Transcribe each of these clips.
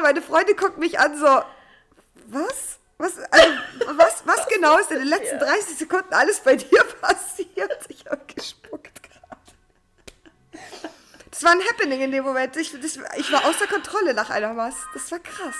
meine Freundin guckt mich an so, was? Was genau ist in den letzten 30 Sekunden alles bei dir passiert? Ich habe gespuckt gerade. Das war ein Happening in dem Moment. Ich war außer Kontrolle nach einer was. Das war krass.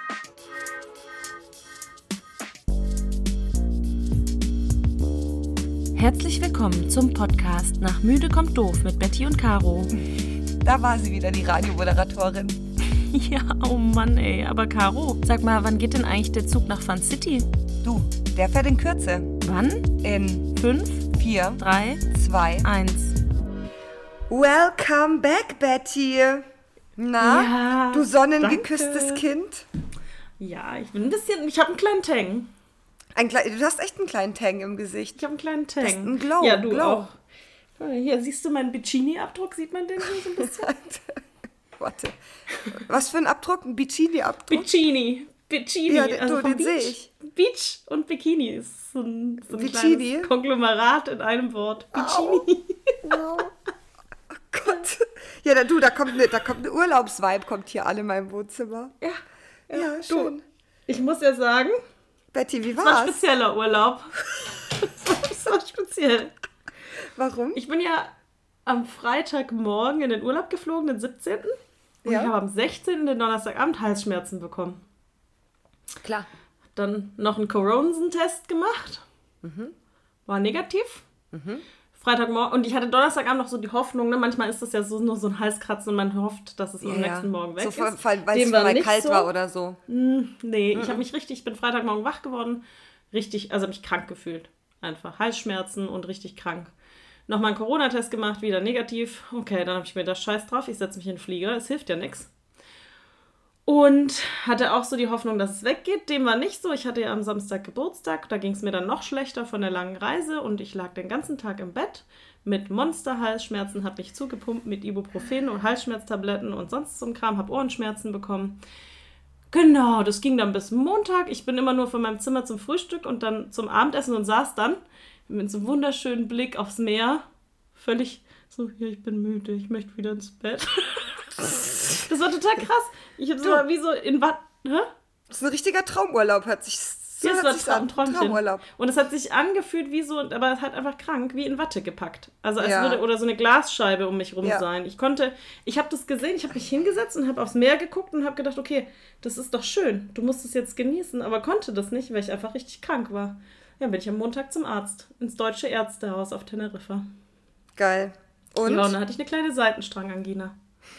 Herzlich willkommen zum Podcast Nach Müde kommt doof mit Betty und Caro. Da war sie wieder, die Radiomoderatorin. Ja, oh Mann ey, aber Caro, sag mal, wann geht denn eigentlich der Zug nach Fun City? Du, der fährt in Kürze. Wann? In 5, 4, 3, 2, 1. Welcome back, Betty. Na, Ja, du sonnengeküsstes danke. Kind? Ja, ich habe einen kleinen Tang. Du hast echt einen kleinen Tang im Gesicht. Ich habe einen kleinen Tang. Das ist ein Glow. Ja, du Glow. auch. Hier, siehst du meinen Bikini-Abdruck? Sieht man den hier so ein bisschen? Warte. Was für ein Abdruck? Ein Bikini-Abdruck? Bikini. Ja, also vom den sehe Beach. ich. Beach und Bikini ist so ein Bikini? kleines Konglomerat in einem Wort. Bikini. Wow. Oh Gott. Ja, da kommt eine Urlaubsvibe, kommt hier alle in meinem Wohnzimmer. Ja, schön. Du, ich muss ja sagen, Betty, wie es war war's? ein spezieller Urlaub. Es war speziell. Warum? Ich bin ja am Freitagmorgen in den Urlaub geflogen, den 17. Und Ja. ich habe am 16. den Donnerstagabend Halsschmerzen bekommen. Klar. Dann noch einen Coronsen-Test gemacht. War negativ. Freitagmorgen. Und ich hatte Donnerstagabend noch so die Hoffnung, ne? Manchmal ist das ja so nur so ein Halskratzen und man hofft, dass es am nächsten Morgen weg so, ist. Weil Dem es war mal nicht kalt so. war oder so. Nee, ich bin Freitagmorgen wach geworden. Also mich krank gefühlt. Einfach Halsschmerzen und richtig krank. Nochmal einen Corona-Test gemacht, wieder negativ. Okay, dann habe ich mir das Scheiß drauf. Ich setze mich in den Flieger. Es hilft ja nichts. Und hatte auch so die Hoffnung, dass es weggeht. Dem war nicht so. Ich hatte ja am Samstag Geburtstag. Da ging es mir dann noch schlechter von der langen Reise. Und ich lag den ganzen Tag im Bett mit Monster-Halsschmerzen, habe mich zugepumpt mit Ibuprofen und Halsschmerztabletten und sonst so ein Kram. Habe Ohrenschmerzen bekommen. Genau, das ging dann bis Montag. Ich bin immer nur von meinem Zimmer zum Frühstück und dann zum Abendessen und saß dann mit so einem wunderschönen Blick aufs Meer. Völlig so, ja, ich bin müde, ich möchte wieder ins Bett. Das war total krass. Ich habe so wie so in Watte. Hä? Das ist ein richtiger Traumurlaub, hört sich so Ja, es hört sich's war an. ein Träumchen. Traumurlaub. Und es hat sich angefühlt wie so, aber es hat einfach krank, wie in Watte gepackt. Also als Ja. würde, oder so eine Glasscheibe um mich rum Ja. sein. Ich habe das gesehen, ich habe mich hingesetzt und habe aufs Meer geguckt und habe gedacht, okay, das ist doch schön, du musst es jetzt genießen, aber konnte das nicht, weil ich einfach richtig krank war. Ja, bin ich am Montag zum Arzt, ins Deutsche Ärztehaus auf Teneriffa. Geil. Und? Ja, und dann hatte ich eine kleine Seitenstrangangina.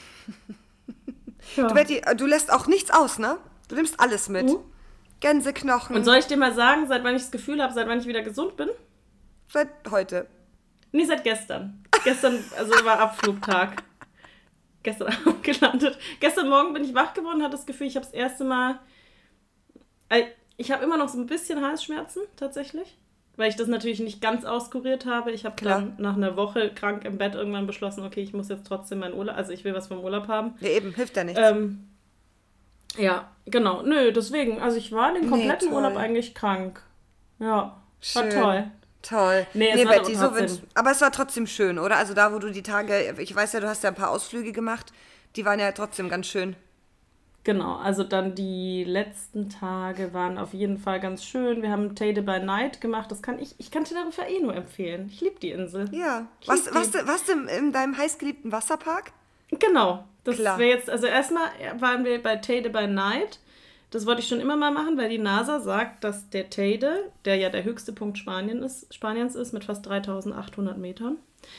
Ja. Du, Betty, du lässt auch nichts aus, ne? Du nimmst alles mit. Gänseknochen. Und soll ich dir mal sagen, seit wann ich das Gefühl habe, seit wann ich wieder gesund bin? Seit heute. Nee, seit gestern. Gestern, also war Abflugtag. Gestern Abend gelandet. Gestern Morgen bin ich wach geworden und hatte das Gefühl, ich habe das erste Mal... Ich habe immer noch so ein bisschen Halsschmerzen, tatsächlich. Weil ich das natürlich nicht ganz auskuriert habe. Ich habe dann nach einer Woche krank im Bett irgendwann beschlossen, okay, ich muss jetzt trotzdem meinen Urlaub... Also ich will was vom Urlaub haben. Ja, eben, hilft ja nichts. Ja, genau. Nö, deswegen. Also ich war den kompletten toll. Urlaub eigentlich krank. Ja, war Schön. toll. Toll. Nee, es war Betty, aber so trotzdem- aber es war trotzdem schön, oder? Also da, wo du die Tage, ich weiß ja, du hast ja ein paar Ausflüge gemacht, die waren ja trotzdem ganz schön. Genau, also dann die letzten Tage waren auf jeden Fall ganz schön. Wir haben Teide by Night gemacht. Ich kann Teneriffa nur empfehlen. Ich liebe die Insel. Ja. Ich lieb Was in deinem heißgeliebten Wasserpark? Genau. Das Klar. wäre jetzt, also erstmal waren wir bei Teide by Night. Das wollte ich schon immer mal machen, weil die NASA sagt, dass der Teide, der ja der höchste Punkt Spaniens ist, mit fast 3800 Metern,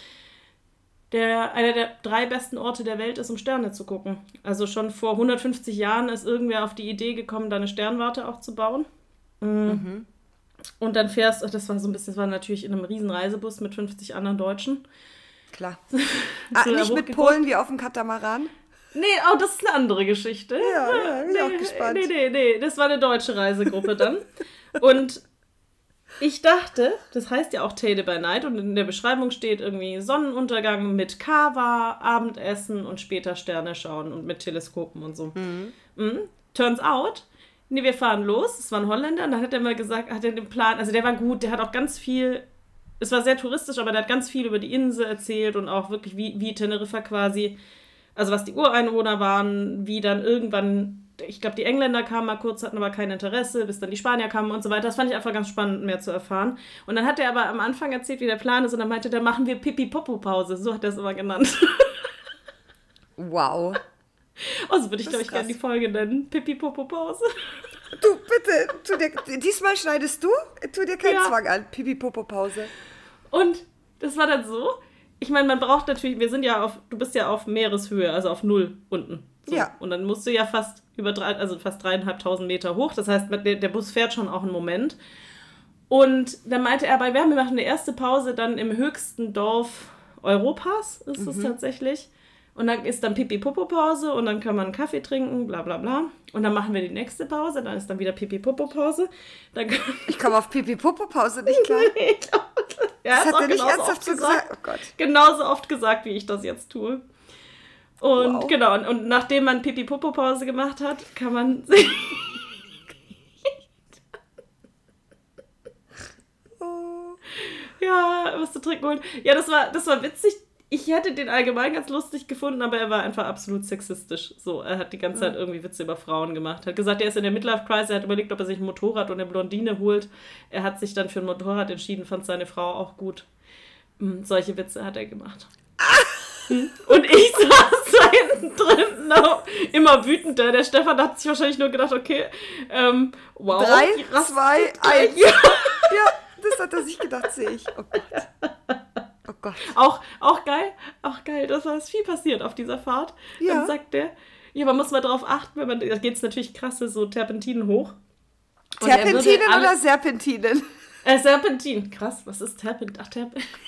einer der 3 besten Orte der Welt ist, um Sterne zu gucken. Also schon vor 150 Jahren ist irgendwer auf die Idee gekommen, da eine Sternwarte auch zu bauen. Und dann das war natürlich in einem riesen Reisebus mit 50 anderen Deutschen. Klar. So Nicht mit hochgeguckt. Polen wie auf dem Katamaran? Nee, das ist eine andere Geschichte. Ja, bin ich auch gespannt. Nee, das war eine deutsche Reisegruppe dann. Und ich dachte, das heißt ja auch Teide by Night und in der Beschreibung steht irgendwie Sonnenuntergang mit Kava, Abendessen und später Sterne schauen und mit Teleskopen und so. Turns out, wir fahren los, es war ein Holländer und dann hat er mal gesagt, hat er den Plan, also der war gut, der hat auch ganz viel, es war sehr touristisch, aber der hat ganz viel über die Insel erzählt und auch wirklich wie Teneriffa quasi, also was die Ureinwohner waren, wie dann irgendwann ich glaube, die Engländer kamen mal kurz, hatten aber kein Interesse, bis dann die Spanier kamen und so weiter. Das fand ich einfach ganz spannend, mehr zu erfahren. Und dann hat er aber am Anfang erzählt, wie der Plan ist und dann meinte, da machen wir Pipi-Popo-Pause. So hat er es immer genannt. Wow. Also würde ich, glaube ich, gerne die Folge nennen. Pipi-Popo-Pause. Du, bitte, diesmal schneidest du? Tu dir keinen Zwang an. Pipi-Popo-Pause. Und das war dann so, ich meine, man braucht natürlich, du bist ja auf Meereshöhe, also auf 0 unten. So. Ja. Und dann musst du ja fast fast 3.500 Meter hoch. Das heißt, der Bus fährt schon auch einen Moment. Und dann meinte er, wir machen eine erste Pause dann im höchsten Dorf Europas, ist es tatsächlich. Und dann ist dann Pipi-Popo-Pause und dann kann man einen Kaffee trinken, bla bla bla. Und dann machen wir die nächste Pause, dann ist dann wieder Pipi-Popo-Pause. Ich komme auf Pipi-Popo-Pause nicht klar. Nee, das hat er nicht ernsthaft gesagt. Oh Gott. Genauso oft gesagt, wie ich das jetzt tue. Und genau, und nachdem man Pipi-Popo-Pause gemacht hat, kann man sich... Ja, was zu trinken holen. Ja, das war witzig. Ich hätte den allgemein ganz lustig gefunden, aber er war einfach absolut sexistisch. So, er hat die ganze Zeit irgendwie Witze über Frauen gemacht. Er hat gesagt, er ist in der Midlife-Crisis, er hat überlegt, ob er sich ein Motorrad und eine Blondine holt. Er hat sich dann für ein Motorrad entschieden, fand seine Frau auch gut. Solche Witze hat er gemacht. Und ich saß da hinten drin, immer wütender. Der Stefan hat sich wahrscheinlich nur gedacht, okay, wow. 3, 2, 1. Ja, das hat er sich gedacht, sehe ich. Oh Gott. Oh Gott. Auch geil, das war viel passiert auf dieser Fahrt. Ja. Dann sagt der, man muss mal drauf achten, da geht es natürlich krasse so Terpentinen hoch. Terpentinen oder Serpentinen? Serpentin, krass, was ist Terpentin? Ach,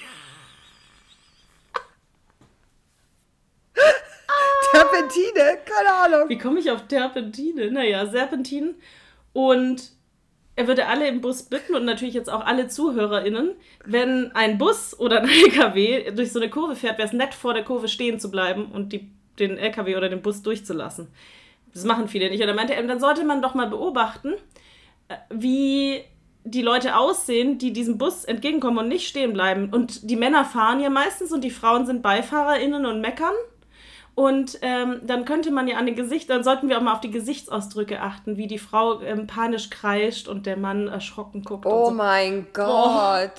Terpentine? Keine Ahnung. Wie komme ich auf Terpentine? Naja, Serpentinen. Und er würde alle im Bus bitten und natürlich jetzt auch alle ZuhörerInnen, wenn ein Bus oder ein LKW durch so eine Kurve fährt, wäre es nett, vor der Kurve stehen zu bleiben und den LKW oder den Bus durchzulassen. Das machen viele nicht. Und er meinte, dann sollte man doch mal beobachten, wie die Leute aussehen, die diesem Bus entgegenkommen und nicht stehen bleiben. Und die Männer fahren ja meistens und die Frauen sind BeifahrerInnen und meckern. Und dann könnte man ja dann sollten wir auch mal auf die Gesichtsausdrücke achten, wie die Frau panisch kreischt und der Mann erschrocken guckt. Oh und so. Mein Gott.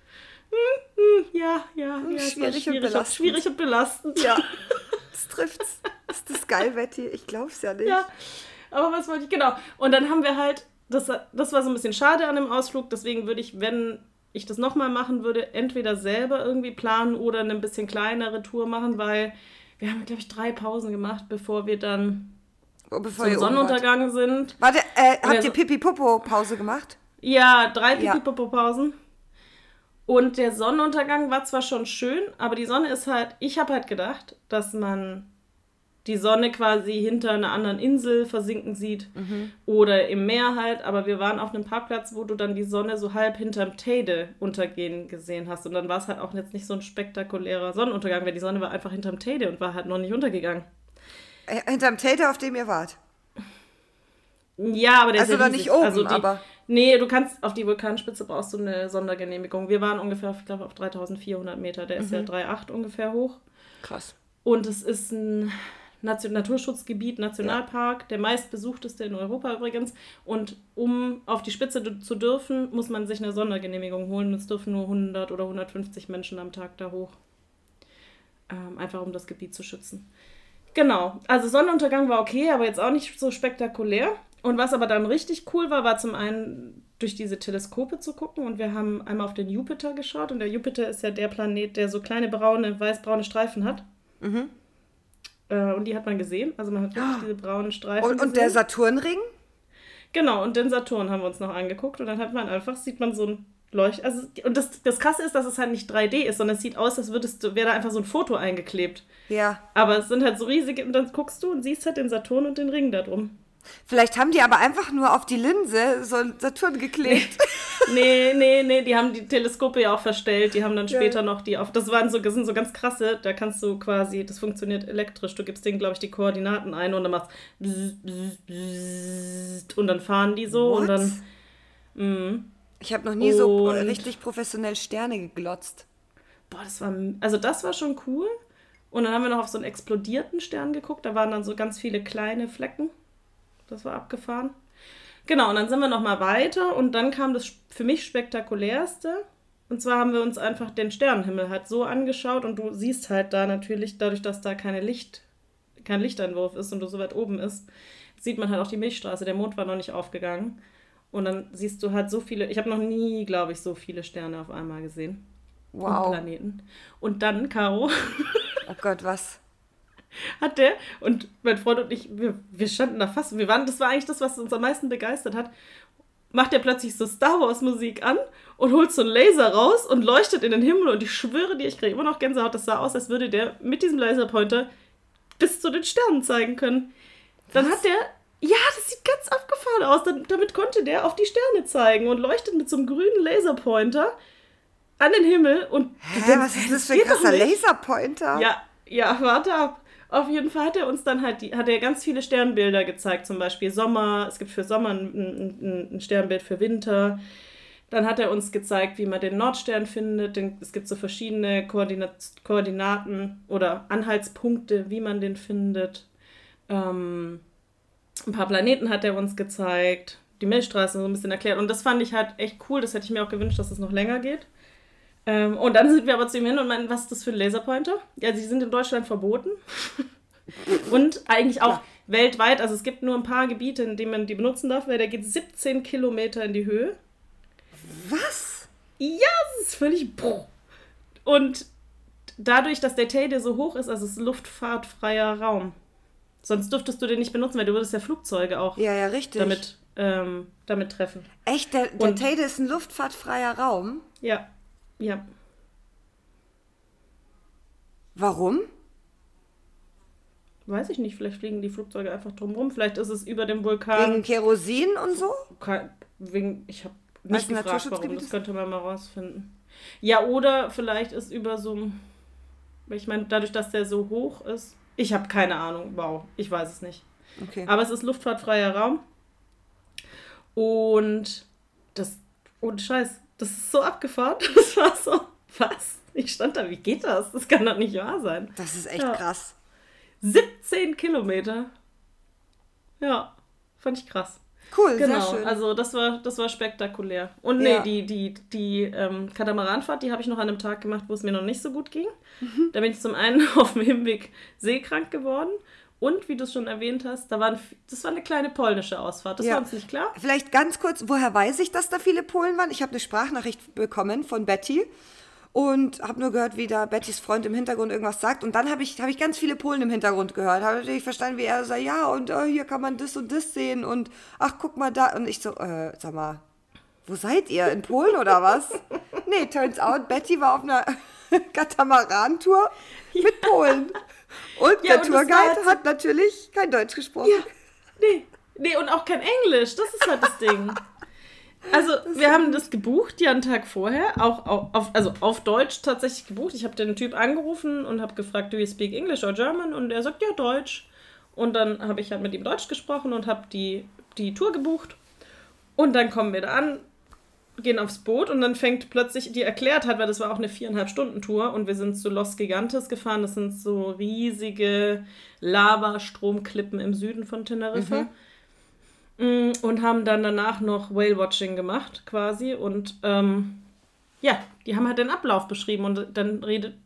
Ja, schwierig und belastend. Ja, das trifft's. Ist das geil, Betty? Ich glaub's ja nicht. Ja, aber was wollte ich, genau. Und dann haben wir halt, das war so ein bisschen schade an dem Ausflug, deswegen würde ich, wenn ich das nochmal machen würde, entweder selber irgendwie planen oder eine bisschen kleinere Tour machen, weil wir haben, glaube ich, 3 Pausen gemacht, bevor wir dann zum Sonnenuntergang sind. Warte, habt ihr Pipi-Popo-Pause gemacht? Ja, 3 Pipi-Popo-Pausen. Und der Sonnenuntergang war zwar schon schön, aber die Sonne ist halt, ich habe halt gedacht, dass man die Sonne quasi hinter einer anderen Insel versinken sieht oder im Meer halt, aber wir waren auf einem Parkplatz, wo du dann die Sonne so halb hinterm Teide untergehen gesehen hast und dann war es halt auch jetzt nicht so ein spektakulärer Sonnenuntergang, weil die Sonne war einfach hinterm Teide und war halt noch nicht untergegangen. Hinterm Teide, auf dem ihr wart? Ja, aber der ist ja doch nicht oben, aber... Nee, du kannst, auf die Vulkanspitze brauchst du eine Sondergenehmigung. Wir waren ungefähr, ich glaube, auf 3.400 Meter, der ist ja 3,8 ungefähr hoch. Krass. Und es ist ein Naturschutzgebiet, Nationalpark, der meistbesuchteste in Europa übrigens. Und um auf die Spitze zu dürfen, muss man sich eine Sondergenehmigung holen. Es dürfen nur 100 oder 150 Menschen am Tag da hoch. Einfach um das Gebiet zu schützen. Genau, also Sonnenuntergang war okay, aber jetzt auch nicht so spektakulär. Und was aber dann richtig cool war zum einen durch diese Teleskope zu gucken. Und wir haben einmal auf den Jupiter geschaut. Und der Jupiter ist ja der Planet, der so kleine weiß-braune Streifen hat. Und die hat man gesehen. Also man hat wirklich diese braunen Streifen gesehen. Und der Saturnring? Genau, und den Saturn haben wir uns noch angeguckt. Und dann sieht man so ein und das Krasse ist, dass es halt nicht 3D ist, sondern es sieht aus, als wäre da einfach so ein Foto eingeklebt. Ja. Aber es sind halt so riesige, und dann guckst du und siehst halt den Saturn und den Ring da drum. Vielleicht haben die aber einfach nur auf die Linse so einen Saturn geklebt. Nee, die haben die Teleskope ja auch verstellt, die haben dann später noch das sind so ganz krasse, da kannst du quasi, das funktioniert elektrisch, du gibst denen, glaube ich, die Koordinaten ein und dann machst und dann fahren die so. What? Und dann ich habe noch nie so richtig professionell Sterne geglotzt. Boah, das war schon cool. Und dann haben wir noch auf so einen explodierten Stern geguckt, da waren dann so ganz viele kleine Flecken. Das war abgefahren. Genau, und dann sind wir nochmal weiter und dann kam das für mich Spektakulärste. Und zwar haben wir uns einfach den Sternenhimmel halt so angeschaut und du siehst halt da natürlich, dadurch, dass da kein Lichteinwurf ist und du so weit oben ist, sieht man halt auch die Milchstraße. Der Mond war noch nicht aufgegangen. Und dann siehst du halt so viele, ich habe noch nie, glaube ich, so viele Sterne auf einmal gesehen. Wow. Und Planeten. Und dann, Caro, Oh Gott, was? hat der, und mein Freund und ich, wir standen da fast, das war eigentlich das, was uns am meisten begeistert hat, macht er plötzlich so Star Wars Musik an und holt so einen Laser raus und leuchtet in den Himmel und ich schwöre dir, ich kriege immer noch Gänsehaut, das sah aus, als würde der mit diesem Laserpointer bis zu den Sternen zeigen können. Dann hat der, ja, das sieht ganz abgefahren aus, damit konnte der auf die Sterne zeigen und leuchtet mit so einem grünen Laserpointer an den Himmel und Was ist das für ein krasser Laserpointer? Ja, warte ab. Auf jeden Fall hat er uns dann halt, hat er ganz viele Sternbilder gezeigt, zum Beispiel Sommer, es gibt für Sommer ein Sternbild für Winter. Dann hat er uns gezeigt, wie man den Nordstern findet. Es gibt so verschiedene Koordinaten oder Anhaltspunkte, wie man den findet. Ein paar Planeten hat er uns gezeigt, die Milchstraße so ein bisschen erklärt. Und das fand ich halt echt cool, das hätte ich mir auch gewünscht, dass es noch länger geht. Und dann sind wir aber zu ihm hin und meinten, was ist das für ein Laserpointer? Ja, die sind in Deutschland verboten. Und eigentlich auch weltweit. Also es gibt nur ein paar Gebiete, in denen man die benutzen darf, weil der geht 17 Kilometer in die Höhe. Was? Ja, das ist völlig... Und dadurch, dass der Teide so hoch ist, also es ist luftfahrtfreier Raum. Sonst dürftest du den nicht benutzen, weil du würdest ja Flugzeuge auch Ja, richtig. damit treffen. Echt? Der Teide ist ein luftfahrtfreier Raum? Ja. Warum? Weiß ich nicht, vielleicht fliegen die Flugzeuge einfach drumherum. Vielleicht ist es über dem Vulkan. Wegen Kerosin und so? Ich habe nicht gefragt, warum. Naturschutzgebiet Das könnte man mal rausfinden. Ja, oder vielleicht ist über so... Ich meine, dadurch, dass der so hoch ist... Ich habe keine Ahnung. Wow, ich weiß es nicht. Okay. Aber es ist luftfahrtfreier Raum. Und das... Ohne Scheiß, das ist so abgefahren. Das war so... Was? Ich stand da, wie geht das? Das kann doch nicht wahr sein. Das ist echt krass. 17 Kilometer. Ja, fand ich krass. Cool, genau, sehr schön. Also das war spektakulär. Und nee, die Katamaranfahrt, die habe ich noch an einem Tag gemacht, wo es mir noch nicht so gut ging. Da bin ich zum einen auf dem Hinweg seekrank geworden. Und, wie du es schon erwähnt hast, das war eine kleine polnische Ausfahrt. Das war uns nicht klar. Vielleicht ganz kurz, woher weiß ich, dass da viele Polen waren? Ich habe eine Sprachnachricht bekommen von Betty. Und habe nur gehört, wie da Bettys Freund im Hintergrund irgendwas sagt. Und dann hab ich ganz viele Polen im Hintergrund gehört. Habe natürlich verstanden, wie er sagt, ja, und hier kann man das und das sehen. Und ach, guck mal da. Und ich so, sag mal, wo seid ihr? In Polen oder was? Nee, turns out, Betty war auf einer Katamaran-Tour mit Polen. Und der Tourguide hat natürlich kein Deutsch gesprochen. Ja, nee, und auch kein Englisch. Das ist halt das Ding. Also, wir haben das gebucht, ja, einen Tag vorher, auch auf Deutsch tatsächlich gebucht. Ich habe den Typ angerufen und habe gefragt, do you speak English or German? Und er sagt, ja, Deutsch. Und dann habe ich halt mit ihm Deutsch gesprochen und habe die Tour gebucht. Und dann kommen wir da an, gehen aufs Boot und dann fängt plötzlich, die erklärt hat, weil das war auch eine 4,5-Stunden-Tour und wir sind zu Los Gigantes gefahren. Das sind so riesige Lavastromklippen im Süden von Teneriffa. Und haben dann danach noch Whale-Watching gemacht, quasi. Und die haben halt den Ablauf beschrieben. Und dann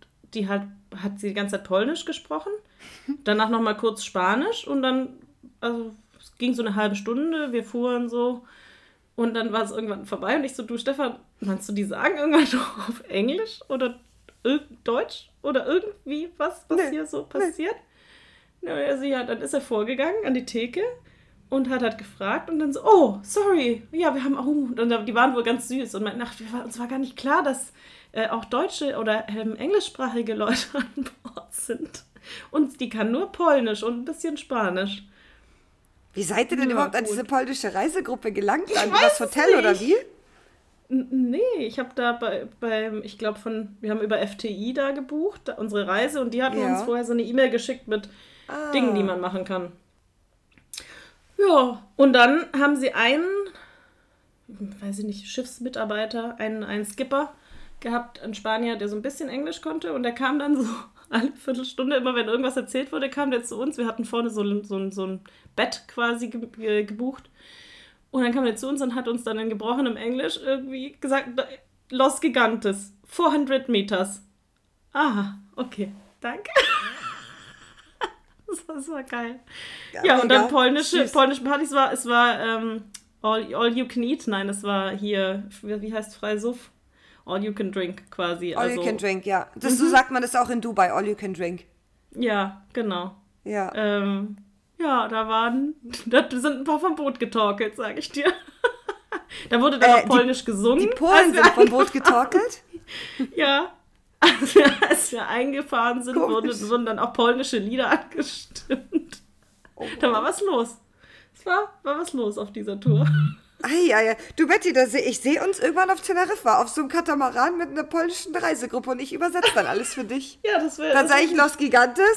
hat sie die ganze Zeit Polnisch gesprochen. Danach nochmal kurz Spanisch. Und dann, es ging so eine halbe Stunde. Wir fuhren so. Und dann war es irgendwann vorbei. Und ich so, du Stefan, meinst du, die sagen irgendwann noch auf Englisch oder Deutsch? Oder irgendwie was hier so passiert? Also ja, dann ist er vorgegangen an die Theke. Und hat halt gefragt und dann so, oh, sorry, ja, wir haben auch, und die waren wohl ganz süß und meinten, uns war gar nicht klar, dass auch deutsche oder englischsprachige Leute an Bord sind. Und die kann nur Polnisch und ein bisschen Spanisch. Wie seid ihr denn überhaupt an diese polnische Reisegruppe gelangt? An das Hotel nicht. Oder wie? Nee, ich habe da wir haben über FTI da gebucht, unsere Reise, und die hatten uns vorher so eine E-Mail geschickt mit Dingen, die man machen kann. Ja, und dann haben sie einen, weiß ich nicht, Schiffsmitarbeiter, einen Skipper gehabt, einen Spanier, der so ein bisschen Englisch konnte, und der kam dann so alle Viertelstunde, immer wenn irgendwas erzählt wurde, kam der zu uns. Wir hatten vorne so ein Bett quasi gebucht. Und dann kam der zu uns und hat uns dann in gebrochenem Englisch irgendwie gesagt, Los Gigantes, 400 Meters. Aha, okay, danke. Das war geil. Ja, und dann polnische Partys es war all you can eat. Nein, es war hier, wie heißt frei Suff? All you can drink quasi. All you can drink, ja. So sagt man das auch in Dubai, all you can drink. Ja, genau. Ja. Ja, da sind ein paar vom Boot getorkelt, sag ich dir. Da wurde dann auch polnisch gesungen. Die Polen sind vom Boot getorkelt? Ja. Als wir eingefahren sind, wurden dann auch polnische Lieder angestimmt. Oh. Da war was los. Es war was los auf dieser Tour. Ja. Du, Betty, ich sehe uns irgendwann auf Teneriffa, auf so einem Katamaran mit einer polnischen Reisegruppe und ich übersetze dann alles für dich. Ja, das wäre... Dann sage ich Los Gigantes,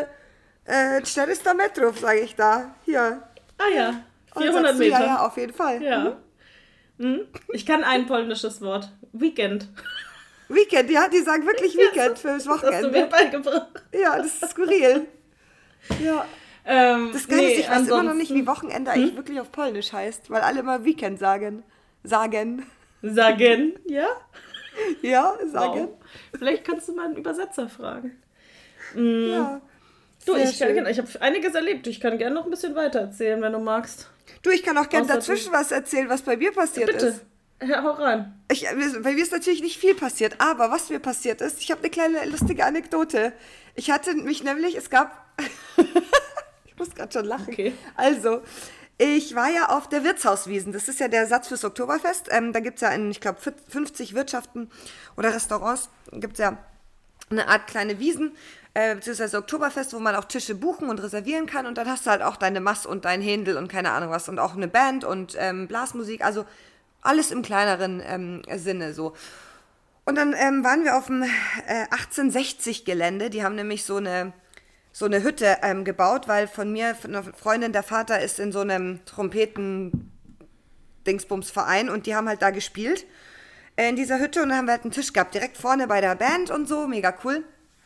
400 Metrów, sage ich da. Hier. Ah ja, 400 Meter. Ja, auf jeden Fall. Ja. Ich kann ein polnisches Wort. Weekend. Weekend, ja, die sagen wirklich Weekend fürs Wochenende. Das hast du mir beigebracht. Ja, das ist skurril. Ja. Das Geile ist, ich weiß immer noch nicht, wie Wochenende eigentlich wirklich auf Polnisch heißt, weil alle immer Weekend sagen. Sagen, ja? Ja, sagen. Wow. Vielleicht kannst du mal einen Übersetzer fragen. Ja. Du, ich habe einiges erlebt. Ich kann gerne noch ein bisschen weiter erzählen, wenn du magst. Du, ich kann auch gerne dazwischen was erzählen, was bei mir passiert ist. Ja, hau rein. Bei mir ist natürlich nicht viel passiert, aber was mir passiert ist, ich habe eine kleine lustige Anekdote. Ich hatte mich nämlich, es gab... Ich muss gerade schon lachen. Okay. Also, ich war ja auf der Wirtshauswiesn. Das ist ja der Satz fürs Oktoberfest. Da gibt es ja in, ich glaube, 50 Wirtschaften oder Restaurants gibt es ja eine Art kleine Wiesn, beziehungsweise Oktoberfest, wo man auch Tische buchen und reservieren kann. Und dann hast du halt auch deine Mass und dein Händel und keine Ahnung was. Und auch eine Band und Blasmusik. Also alles im kleineren Sinne so. Und dann waren wir auf dem 1860-Gelände. Die haben nämlich so eine Hütte gebaut, weil von einer Freundin, der Vater ist in so einem Trompeten-Dingsbums-Verein und die haben halt da gespielt in dieser Hütte und dann haben wir halt einen Tisch gehabt, direkt vorne bei der Band und so, mega cool.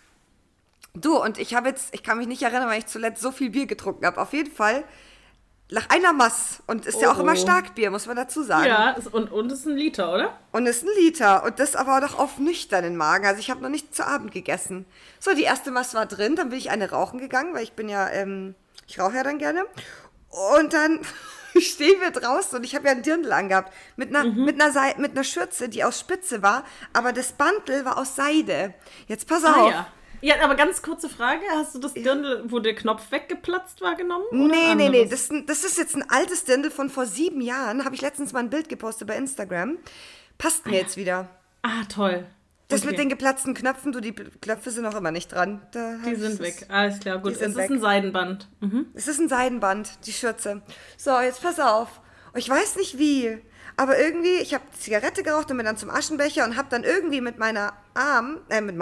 Du, und ich kann mich nicht erinnern, weil ich zuletzt so viel Bier getrunken habe. Auf jeden Fall nach einer Mass. Und ist ja auch immer Starkbier, muss man dazu sagen. Ja, und es ist ein Liter, oder? Und es ist ein Liter. Und das aber doch auf nüchternen Magen. Also ich habe noch nicht zu Abend gegessen. So, die erste Mass war drin. Dann bin ich eine rauchen gegangen, weil ich bin ja, ich rauche ja dann gerne. Und dann stehen wir draußen und ich habe ja einen Dirndl angehabt. Mit einer Schürze, die aus Spitze war. Aber das Bandel war aus Seide. Jetzt pass auf. Ja. Ja, aber ganz kurze Frage. Hast du das Dirndl, wo der Knopf weggeplatzt war, genommen? Nee. Das ist jetzt ein altes Dirndl von vor 7 Jahren. Habe ich letztens mal ein Bild gepostet bei Instagram. Passt mir jetzt wieder. Ah, toll. Das mit den geplatzten Knöpfen, die Knöpfe sind noch immer nicht dran. Die sind weg. Alles klar, gut. Es ist ein Seidenband. Es ist ein Seidenband, die Schürze. So, jetzt pass auf. Ich weiß nicht wie, aber irgendwie, ich habe Zigarette geraucht und bin dann zum Aschenbecher und habe dann irgendwie mit meinem Arm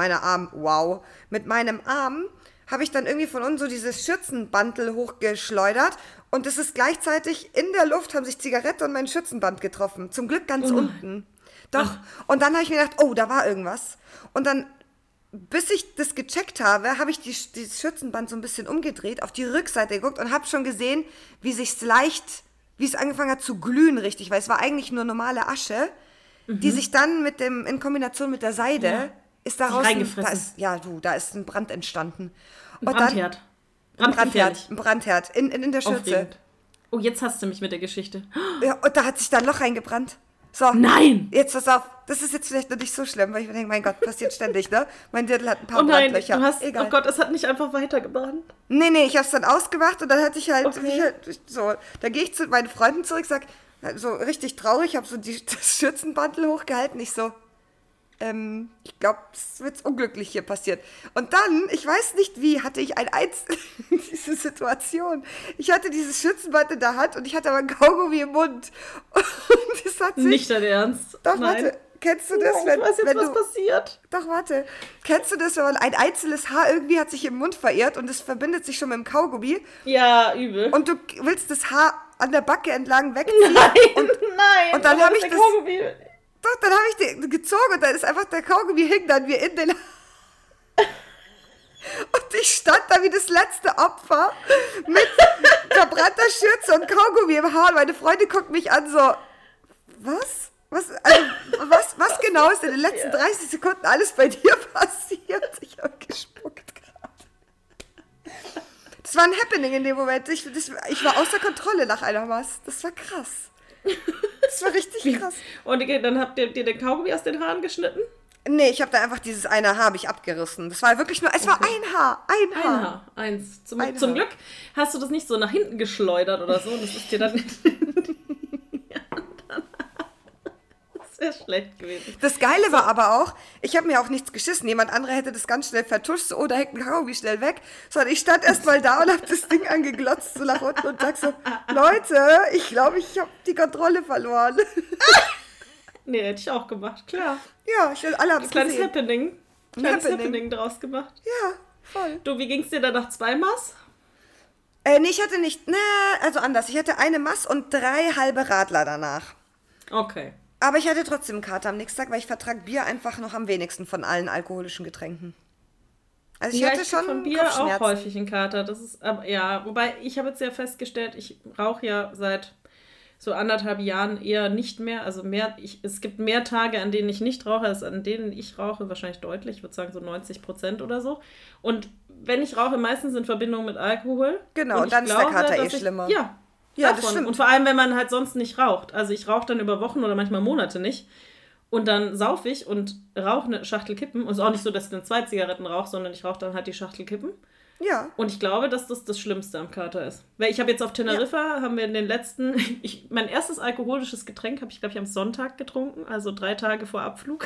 habe ich dann irgendwie von unten so dieses Schürzenbandel hochgeschleudert und es ist gleichzeitig in der Luft, haben sich Zigarette und mein Schürzenband getroffen. Zum Glück ganz unten. Doch. Und dann habe ich mir gedacht, oh, da war irgendwas. Und dann, bis ich das gecheckt habe, habe ich dieses Schürzenband so ein bisschen umgedreht, auf die Rückseite geguckt und habe schon gesehen, wie es angefangen hat zu glühen richtig, weil es war eigentlich nur normale Asche, die sich dann in Kombination mit der Seide, ist daraus da ist ein Brand entstanden. Brandherd. Ein Brandherd in der Schürze. Aufregend. Oh, jetzt hast du mich mit der Geschichte. Ja, und da hat sich da ein Loch reingebrannt. So, nein! Jetzt pass auf, das ist jetzt vielleicht noch nicht so schlimm, weil ich mir denke, mein Gott, passiert ständig, ne? Mein Dirndl hat ein paar Brandlöcher. Oh Gott, es hat nicht einfach weitergebrannt. Nee, ich hab's dann ausgemacht und dann hatte ich halt, da gehe ich zu meinen Freunden zurück, sag, so richtig traurig, habe so das Schürzenbandel hochgehalten, ich so, ich glaube, es wird unglücklich hier passiert. Und dann, ich weiß nicht wie, hatte ich diese Situation. Ich hatte dieses Schürzenband in der Hand und ich hatte aber ein Kaugummi im Mund. Und das hat sich... Nicht dein Ernst? Doch, nein. Warte, kennst du das? Ich weiß jetzt, was passiert. Doch, warte. Kennst du das, wenn man ein einzelnes Haar irgendwie hat sich im Mund verirrt und es verbindet sich schon mit dem Kaugummi? Ja, übel. Und du willst das Haar an der Backe entlang wegziehen? Nein. Und dann habe ich das... Kaugummi. Doch, dann habe ich den gezogen und dann ist einfach der Kaugummi hing dann mir in den... Und ich stand da wie das letzte Opfer mit verbrannter Schürze und Kaugummi im Haar. Und meine Freundin guckt mich an so, was? Was genau ist in den letzten 30 Sekunden alles bei dir passiert? Ich habe gespuckt gerade. Das war ein Happening in dem Moment. Ich war außer Kontrolle nach einer Mast. Das war krass. Das war richtig krass. Und dann habt ihr dir den Kaugummi aus den Haaren geschnitten? Nee, ich habe da einfach dieses eine Haar habe ich abgerissen. Das war wirklich nur, es war ein Haar. Ein Haar. Eins. Zum Haar. Glück hast du das nicht so nach hinten geschleudert oder so. Das ist dir dann nicht... Das wäre schlecht gewesen. Das Geile war aber auch, ich habe mir auch nichts geschissen. Jemand anderer hätte das ganz schnell vertuscht. So, da hängt ein Kaugummi schnell weg. Sondern ich stand erst mal da und habe das Ding angeglotzt so nach unten und sag so, Leute, ich glaube, ich habe die Kontrolle verloren. Nee, hätte ich auch gemacht, klar. Ja, alle haben es Kleines gesehen. Happening. Kleines Happening draus gemacht. Ja, voll. Du, wie ging's dir da nach 2 Maß? Nee, ich hatte nicht, also anders. Ich hatte eine Maß und 3 halbe Radler danach. Okay. Aber ich hatte trotzdem einen Kater am nächsten Tag, weil ich vertrag Bier einfach noch am wenigsten von allen alkoholischen Getränken. Also ich hatte schon von Bier auch Kopfschmerzen. häufig einen Kater. Das ist, ja, wobei ich habe jetzt ja festgestellt, ich rauche ja seit so 1,5 Jahren eher nicht mehr. Also es gibt mehr Tage, an denen ich nicht rauche, als an denen ich rauche. Wahrscheinlich deutlich, ich würde sagen so 90% oder so. Und wenn ich rauche, meistens in Verbindung mit Alkohol. Genau, und dann ist der Kater schlimmer. Ja, das stimmt. Und vor allem, wenn man halt sonst nicht raucht. Also ich rauche dann über Wochen oder manchmal Monate nicht. Und dann saufe ich und rauche eine Schachtel Kippen. Und es ist auch nicht so, dass ich dann 2 Zigaretten rauche, sondern ich rauche dann halt die Schachtel Kippen. Ja. Und ich glaube, dass das das Schlimmste am Kater ist. Weil ich habe jetzt auf Teneriffa, haben wir in den letzten... mein erstes alkoholisches Getränk habe ich, glaube ich, am Sonntag getrunken. Also 3 Tage vor Abflug.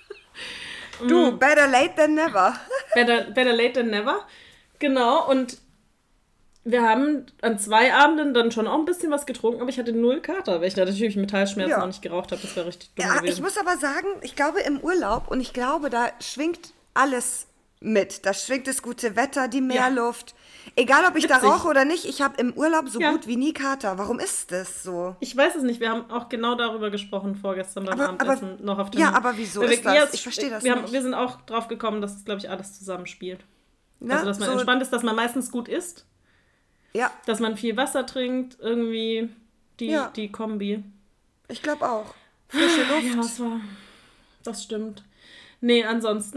Du, better late than never. Better late than never. Genau, und wir haben an 2 Abenden dann schon auch ein bisschen was getrunken, aber ich hatte 0 Kater, weil ich da natürlich mit Halsschmerzen noch nicht geraucht habe. Das war richtig dumm gewesen. Ich muss aber sagen, ich glaube im Urlaub, und ich glaube, da schwingt alles mit. Da schwingt das gute Wetter, die Meerluft. Egal, ob ich da rauche oder nicht, ich habe im Urlaub so gut wie nie Kater. Warum ist das so? Ich weiß es nicht. Wir haben auch genau darüber gesprochen vorgestern beim Abendessen noch auf dem... Ja, aber wieso ist das? Ich verstehe das nicht. Wir sind auch drauf gekommen, dass es, glaube ich, alles zusammenspielt. Ne? Also, dass man entspannt ist, dass man meistens gut isst. Ja. Dass man viel Wasser trinkt, irgendwie die Kombi. Ich glaube auch. Frische Luft. Ja, das stimmt. Nee, ansonsten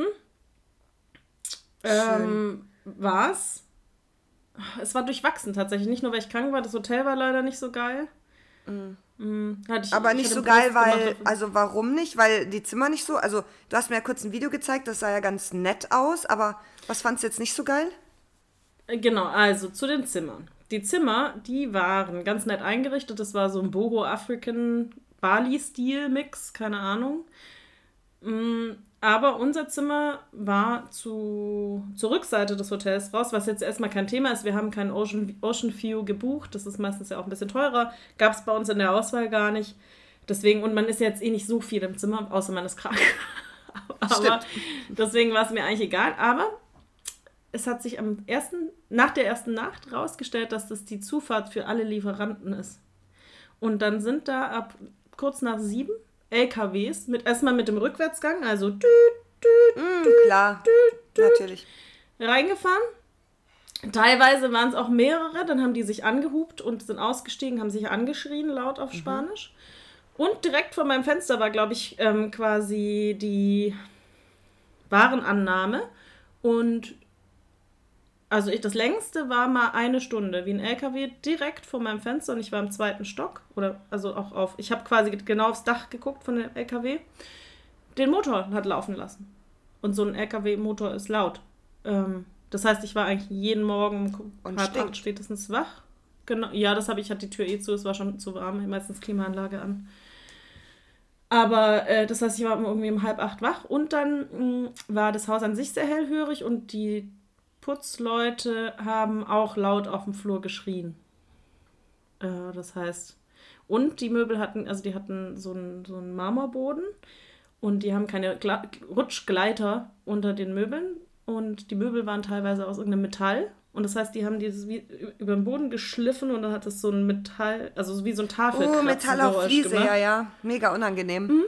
war's. Es war durchwachsen tatsächlich. Nicht nur, weil ich krank war, das Hotel war leider nicht so geil. Aber nicht so geil, weil, also warum nicht? Weil die Zimmer nicht so, also du hast mir ja kurz ein Video gezeigt, das sah ja ganz nett aus, aber was fandst du jetzt nicht so geil? Genau, also zu den Zimmern. Die Zimmer, die waren ganz nett eingerichtet. Das war so ein Boho-African-Bali-Stil-Mix, keine Ahnung. Aber unser Zimmer war zur Rückseite des Hotels raus, was jetzt erstmal kein Thema ist. Wir haben kein Ocean View gebucht. Das ist meistens ja auch ein bisschen teurer. Gab es bei uns in der Auswahl gar nicht. Deswegen, und man ist jetzt eh nicht so viel im Zimmer, außer man ist krank. Aber deswegen war es mir eigentlich egal. Aber es hat sich nach der ersten Nacht rausgestellt, dass das die Zufahrt für alle Lieferanten ist. Und dann sind da ab kurz nach 7 LKWs, erstmal mit dem Rückwärtsgang, also klar, natürlich. reingefahren. Teilweise waren es auch mehrere, dann haben die sich angehupt und sind ausgestiegen, haben sich angeschrien, laut auf Spanisch. Und direkt vor meinem Fenster war, glaube ich, quasi die Warenannahme. Und also das längste war mal 1 Stunde, wie ein LKW direkt vor meinem Fenster und ich war im 2. Stock ich habe quasi genau aufs Dach geguckt von dem LKW, den Motor hat laufen lassen. Und so ein LKW-Motor ist laut. Das heißt, ich war eigentlich jeden Morgen um 7:30 spätestens wach. Genau, ja, hatte die Tür zu, es war schon zu warm, meistens Klimaanlage an. Aber das heißt, ich war irgendwie um 7:30 wach und dann war das Haus an sich sehr hellhörig und die Putzleute haben auch laut auf dem Flur geschrien. Das heißt, und die Möbel hatten so einen Marmorboden und die haben keine Rutschgleiter unter den Möbeln und die Möbel waren teilweise aus irgendeinem Metall und das heißt, die haben dieses wie über den Boden geschliffen und dann hat es so ein Metall, also wie so ein Tafelkratzen Metall auf Fliese, ja, mega unangenehm.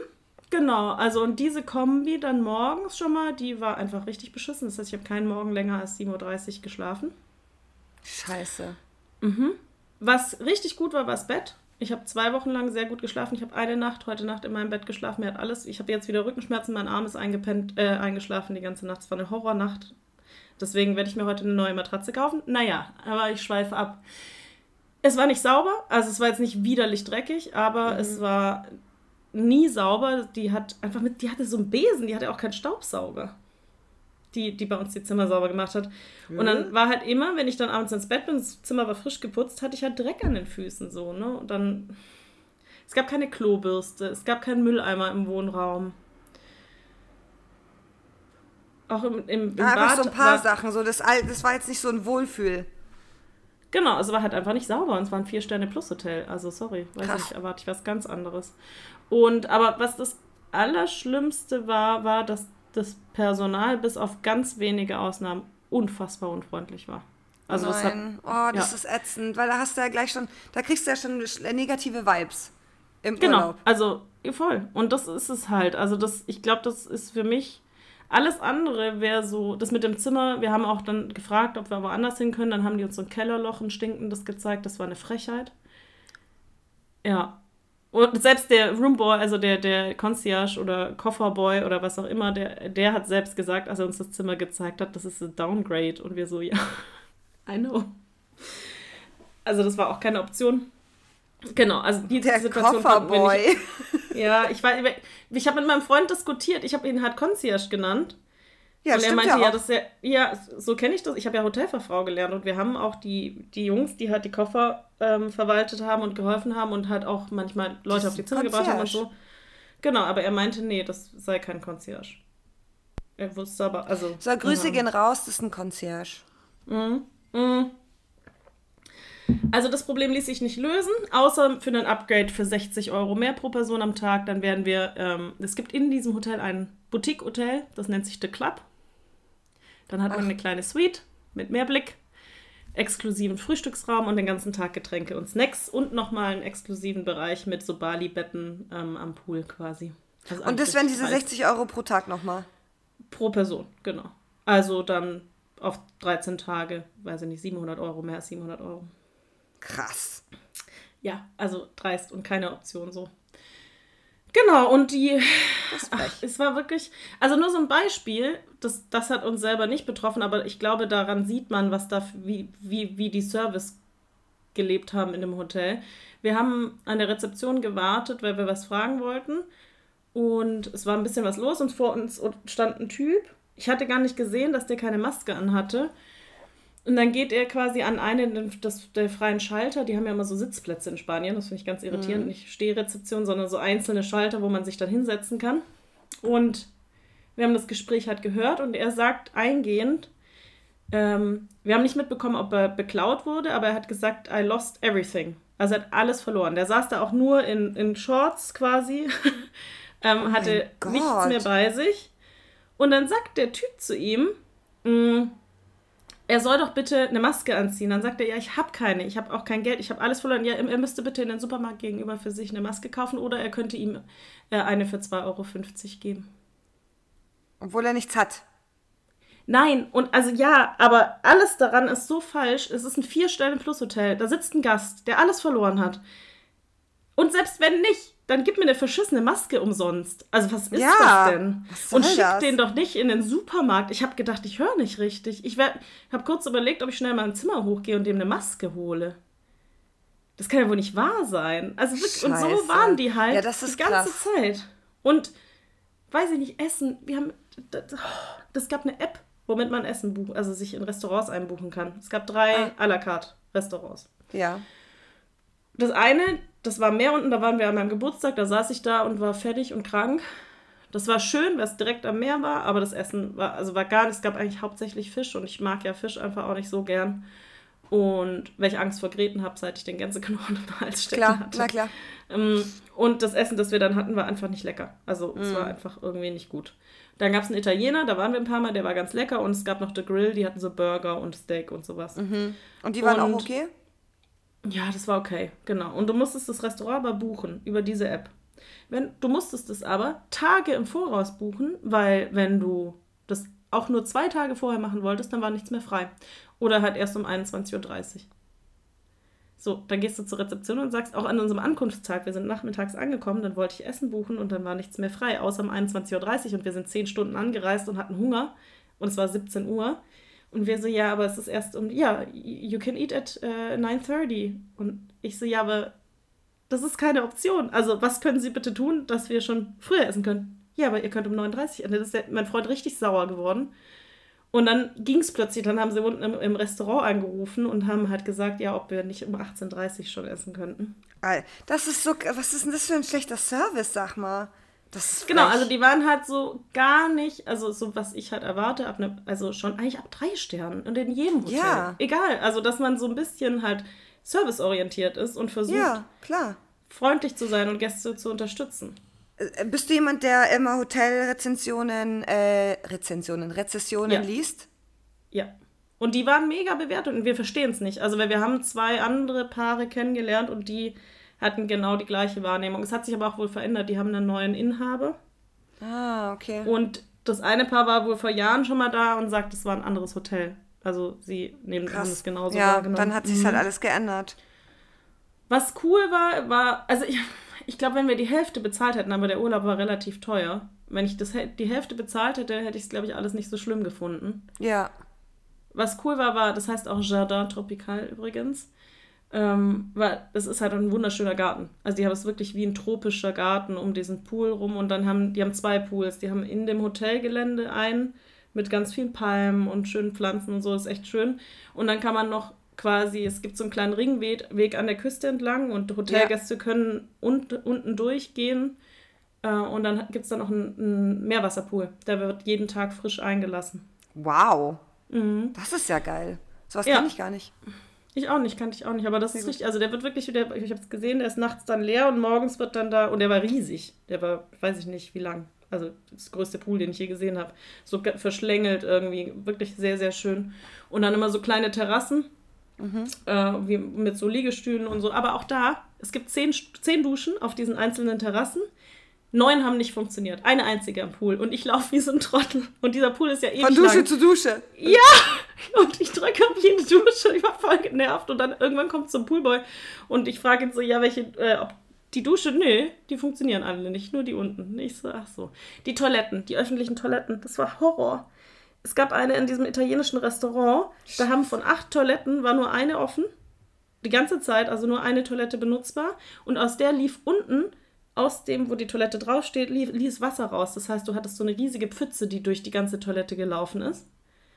Genau, also und diese Kombi dann morgens schon mal, die war einfach richtig beschissen. Das heißt, ich habe keinen Morgen länger als 7:30 Uhr geschlafen. Scheiße. Was richtig gut war das Bett. Ich habe 2 Wochen lang sehr gut geschlafen. Ich habe heute Nacht in meinem Bett geschlafen. Mir hat alles. Ich habe jetzt wieder Rückenschmerzen. Mein Arm ist eingeschlafen die ganze Nacht. Es war eine Horrornacht. Deswegen werde ich mir heute eine neue Matratze kaufen. Naja, aber ich schweife ab. Es war nicht sauber. Also es war jetzt nicht widerlich dreckig, aber es war nie sauber. Die hatte so einen Besen. Die hatte auch keinen Staubsauger. Die bei uns die Zimmer sauber gemacht hat. Und dann war halt immer, wenn ich dann abends ins Bett bin, das Zimmer war frisch geputzt, hatte ich halt Dreck an den Füßen so, ne? Und dann, es gab keine Klobürste, es gab keinen Mülleimer im Wohnraum. Auch im Bad. Einfach so ein paar Sachen, so das war jetzt nicht so ein Wohlfühl. Genau, also war halt einfach nicht sauber und es war ein 4-Sterne-Plus-Hotel. Also sorry, weiß Krass. nicht, erwarte ich was ganz anderes. Aber was das Allerschlimmste war, dass das Personal bis auf ganz wenige Ausnahmen unfassbar unfreundlich war. Also Nein, das ist ätzend, weil da hast du ja gleich schon, da kriegst du ja schon negative Vibes im Urlaub. Genau, also voll. Und das ist es halt. Also ich glaube, das ist für mich, alles andere wäre so, das mit dem Zimmer, wir haben auch dann gefragt, ob wir woanders hin können, dann haben die uns so ein Kellerloch, ein stinkendes gezeigt, das war eine Frechheit. Ja. Und selbst der Roomboy, also der Concierge oder Kofferboy oder was auch immer, der hat selbst gesagt, als er uns das Zimmer gezeigt hat, das ist ein Downgrade. Und wir so, ja, I know. Also das war auch keine Option. Genau, also die Der Situation Kofferboy. Ja, ich habe mit meinem Freund diskutiert, ich habe ihn halt Concierge genannt. Ja, und er stimmt meinte, ja auch. so kenne ich das. Ich habe ja Hotelfachfrau gelernt und wir haben auch die Jungs, die halt die Koffer verwaltet haben und geholfen haben und halt auch manchmal Leute auf die Zimmer gebracht haben und so. Genau, aber er meinte, nee, das sei kein Concierge. Er wusste aber, also... So, Grüße gehen raus, das ist ein Concierge. Also das Problem ließ sich nicht lösen, außer für einen Upgrade für 60 € mehr pro Person am Tag. Dann werden wir, es gibt in diesem Hotel ein Boutique-Hotel, das nennt sich The Club. Dann hat man eine kleine Suite mit Meerblick, exklusiven Frühstücksraum und den ganzen Tag Getränke und Snacks und nochmal einen exklusiven Bereich mit so Bali-Betten am Pool quasi. Also und das wären diese 60 € pro Tag nochmal? Pro Person, genau. Also dann auf 13 Tage, weiß ich nicht, 700 €, mehr als 700 €. Krass. Ja, also dreist und keine Option so. Genau, und es war wirklich, also nur so ein Beispiel, das hat uns selber nicht betroffen, aber ich glaube, daran sieht man, wie die Service gelebt haben in dem Hotel. Wir haben an der Rezeption gewartet, weil wir was fragen wollten und es war ein bisschen was los und vor uns stand ein Typ. Ich hatte gar nicht gesehen, dass der keine Maske anhatte. Und dann geht er quasi an der freien Schalter. Die haben ja immer so Sitzplätze in Spanien. Das finde ich ganz irritierend. Nicht Stehrezeption, sondern so einzelne Schalter, wo man sich dann hinsetzen kann. Und wir haben das Gespräch halt gehört und er sagt eingehend, wir haben nicht mitbekommen, ob er beklaut wurde, aber er hat gesagt, I lost everything. Also er hat alles verloren. Der saß da auch nur in Shorts quasi, hatte nichts mehr bei sich. Und dann sagt der Typ zu ihm, er soll doch bitte eine Maske anziehen. Dann sagt er, ja, ich habe keine, ich habe auch kein Geld, ich habe alles verloren. Ja, er müsste bitte in den Supermarkt gegenüber für sich eine Maske kaufen oder er könnte ihm eine für 2,50 € geben. Obwohl er nichts hat. Nein, und also ja, aber alles daran ist so falsch. Es ist ein 4-Sterne-Plus-Hotel. Da sitzt ein Gast, der alles verloren hat. Und selbst wenn nicht, dann gib mir eine verschissene Maske umsonst. Also was ist das denn? Und schick den doch nicht in den Supermarkt. Ich habe gedacht, ich höre nicht richtig. Ich habe kurz überlegt, ob ich schnell mal im Zimmer hochgehe und dem eine Maske hole. Das kann ja wohl nicht wahr sein. Also wirklich, und so waren die halt die ganze Zeit. Und, weiß ich nicht, Essen. Das gab eine App, womit man Essen buchen, also sich in Restaurants einbuchen kann. Es gab 3 à la carte Restaurants. Ja. Das eine, das war Meer unten, da waren wir an meinem Geburtstag, da saß ich da und war fertig und krank. Das war schön, weil es direkt am Meer war, aber das Essen war gar nicht, es gab eigentlich hauptsächlich Fisch und ich mag ja Fisch einfach auch nicht so gern. Und weil ich Angst vor Gräten habe, seit ich den Gänseknochen im Hals stecken hatte. Na klar. Und das Essen, das wir dann hatten, war einfach nicht lecker. Also es war einfach irgendwie nicht gut. Dann gab es einen Italiener, da waren wir ein paar Mal, der war ganz lecker und es gab noch The Grill, die hatten so Burger und Steak und sowas. Und die waren auch okay? Ja, das war okay, genau. Und du musstest das Restaurant aber buchen über diese App. Du musstest es aber Tage im Voraus buchen, weil wenn du das auch nur 2 Tage vorher machen wolltest, dann war nichts mehr frei. Oder halt erst um 21:30 Uhr. So, dann gehst du zur Rezeption und sagst, auch an unserem Ankunftstag, wir sind nachmittags angekommen, dann wollte ich Essen buchen und dann war nichts mehr frei, außer um 21:30 Uhr und wir sind 10 Stunden angereist und hatten Hunger und es war 17 Uhr. Und wir so, ja, aber es ist erst you can eat at 9:30 Uhr. Und ich so, ja, aber das ist keine Option. Also, was können Sie bitte tun, dass wir schon früher essen können? Ja, aber ihr könnt um 9:30 Uhr. Und das ist mein Freund richtig sauer geworden. Und dann ging es plötzlich, dann haben sie unten im Restaurant angerufen und haben halt gesagt, ja, ob wir nicht um 18:30 Uhr schon essen könnten. Das ist so, was ist denn das für ein schlechter Service, sag mal? Das ist Genau, frech. also die waren halt so gar nicht, also so was ich halt erwarte, also schon eigentlich ab 3 Sternen und in jedem Hotel. Ja. Egal, also dass man so ein bisschen halt serviceorientiert ist und versucht, Ja, klar. freundlich zu sein und Gäste zu unterstützen. Bist du jemand, der immer Rezessionen Ja. liest? Ja. Und die waren mega bewertet und wir verstehen es nicht. Also weil wir haben 2 andere Paare kennengelernt und die hatten genau die gleiche Wahrnehmung. Es hat sich aber auch wohl verändert. Die haben einen neuen Inhaber. Ah, okay. Und das eine Paar war wohl vor Jahren schon mal da und sagt, es war ein anderes Hotel. Also sie haben es genauso Ja, wahrgenommen. dann hat sich halt alles geändert. Was cool war, also ich glaube, wenn wir die Hälfte bezahlt hätten, aber der Urlaub war relativ teuer. Wenn ich die Hälfte bezahlt hätte, hätte ich es, glaube ich, alles nicht so schlimm gefunden. Ja. Was cool war, das heißt auch Jardin Tropical übrigens, das ist halt ein wunderschöner Garten. Also die haben es wirklich wie ein tropischer Garten um diesen Pool rum und die haben 2 Pools. Die haben in dem Hotelgelände einen mit ganz vielen Palmen und schönen Pflanzen und so, ist echt schön. Und dann kann man noch quasi, es gibt so einen kleinen Ringweg an der Küste entlang und Hotelgäste können unten durchgehen und dann gibt es dann noch einen Meerwasserpool. Der wird jeden Tag frisch eingelassen. Wow. Das ist ja geil. Sowas kann ich gar nicht. Kannte ich auch nicht, aber das ist richtig, also der wird wirklich, ich habe es gesehen, der ist nachts dann leer und morgens wird dann da, und der war riesig, der war, weiß ich nicht wie lang, also das größte Pool, den ich je gesehen habe, so verschlängelt irgendwie, wirklich sehr, sehr schön. Und dann immer so kleine Terrassen, wie mit so Liegestühlen und so, aber auch da, es gibt 10 Duschen auf diesen einzelnen Terrassen, 9 haben nicht funktioniert, eine einzige am Pool und ich laufe wie so ein Trottel und dieser Pool ist ja ewig lang. Von Dusche zu Dusche. Ja, und ich drücke auf jede Dusche, ich war voll genervt und dann irgendwann kommt so ein Poolboy und ich frage ihn so, ja, ob die Dusche, nee, die funktionieren alle nicht, nur die unten. Ich so, ach so. Die Toiletten, die öffentlichen Toiletten, das war Horror. Es gab eine in diesem italienischen Restaurant, da haben von 8 Toiletten, war nur eine offen, die ganze Zeit, also nur eine Toilette benutzbar und aus der lief unten, aus dem, wo die Toilette draufsteht, lief Wasser raus. Das heißt, du hattest so eine riesige Pfütze, die durch die ganze Toilette gelaufen ist.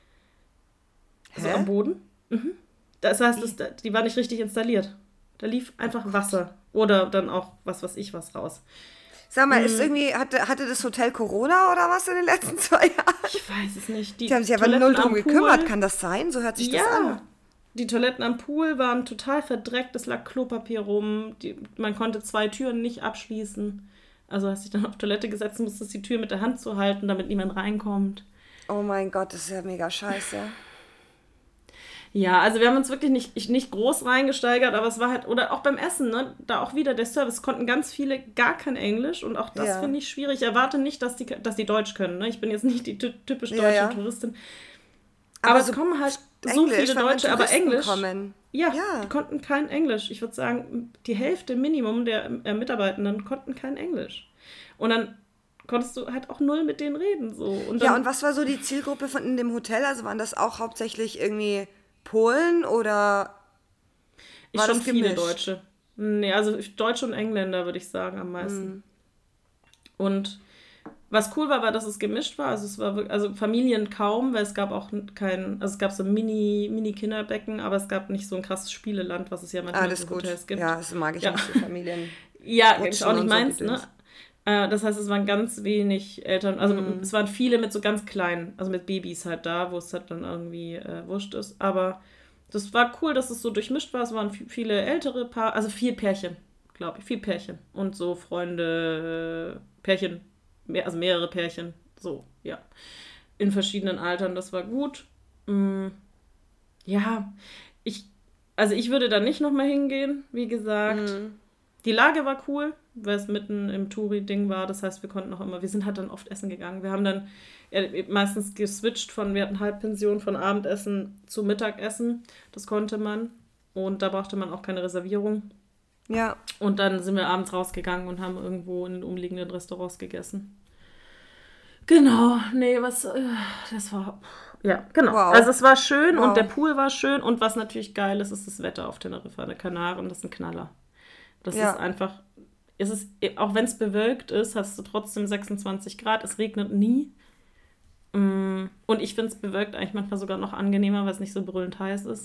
Also am Boden. Das heißt, die war nicht richtig installiert. Da lief einfach Wasser. Oder dann auch was raus. Sag mal, ist irgendwie, hatte das Hotel Corona oder was in den letzten 2 Jahren? Ich weiß es nicht. Die haben sich aber null drum gekümmert. Kann das sein? So hört sich das an. Die Toiletten am Pool waren total verdreckt. Es lag Klopapier rum. Man konnte 2 Türen nicht abschließen. Also hast dich dann auf Toilette gesetzt und musstest die Tür mit der Hand zu halten, damit niemand reinkommt. Oh mein Gott, das ist ja mega scheiße. Ja, also wir haben uns wirklich nicht groß reingesteigert, aber es war halt, oder auch beim Essen, ne, da auch wieder der Service, konnten ganz viele gar kein Englisch und auch das finde ich schwierig. Ich erwarte nicht, dass die Deutsch können, ne? Ich bin jetzt nicht die typisch deutsche Touristin. Aber es kommen halt so viele Deutsche, aber Englisch. Ja, die konnten kein Englisch. Ich würde sagen, die Hälfte Minimum der Mitarbeitenden konnten kein Englisch. Und dann konntest du halt auch null mit denen reden. So. Und dann, und was war so die Zielgruppe in dem Hotel? Also waren das auch hauptsächlich irgendwie Polen oder war schon das gemischt? Viele Deutsche. Nee, also Deutsche und Engländer würde ich sagen am meisten. Und was cool war, dass es gemischt war. Also es war wirklich, Familien kaum, weil es gab auch es gab so Mini-Kinderbecken, aber es gab nicht so ein krasses Spieleland, was es ja manchmal in Hotels gibt. Ja, das mag ich nicht, so Familien. Ja, ist auch nicht meins, ne? Das heißt, es waren ganz wenig Eltern, also es waren viele mit so ganz kleinen, also mit Babys halt da, wo es halt dann irgendwie wurscht ist. Aber das war cool, dass es so durchmischt war. Es waren viele ältere Paar, also 4 Pärchen, glaube ich, 4 Pärchen. Und so Freunde, Pärchen, also mehrere Pärchen, so, ja. In verschiedenen Altern, das war gut. Ja, ich würde da nicht nochmal hingehen, wie gesagt. Die Lage war cool, weil es mitten im Touri-Ding war. Das heißt, wir sind halt dann oft essen gegangen. Wir haben dann meistens geswitcht wir hatten Halbpension von Abendessen zu Mittagessen. Das konnte man. Und da brauchte man auch keine Reservierung. Ja. Und dann sind wir abends rausgegangen und haben irgendwo in den umliegenden Restaurants gegessen. Genau, das war, ja, genau. Wow. Also es war schön Wow. und der Pool war schön und was natürlich geil ist, ist das Wetter auf Teneriffa, eine Kanaren, das ist ein Knaller. Das ist einfach, auch wenn es bewölkt ist, hast du trotzdem 26 Grad, es regnet nie. Und ich finde es bewölkt eigentlich manchmal sogar noch angenehmer, weil es nicht so brüllend heiß ist.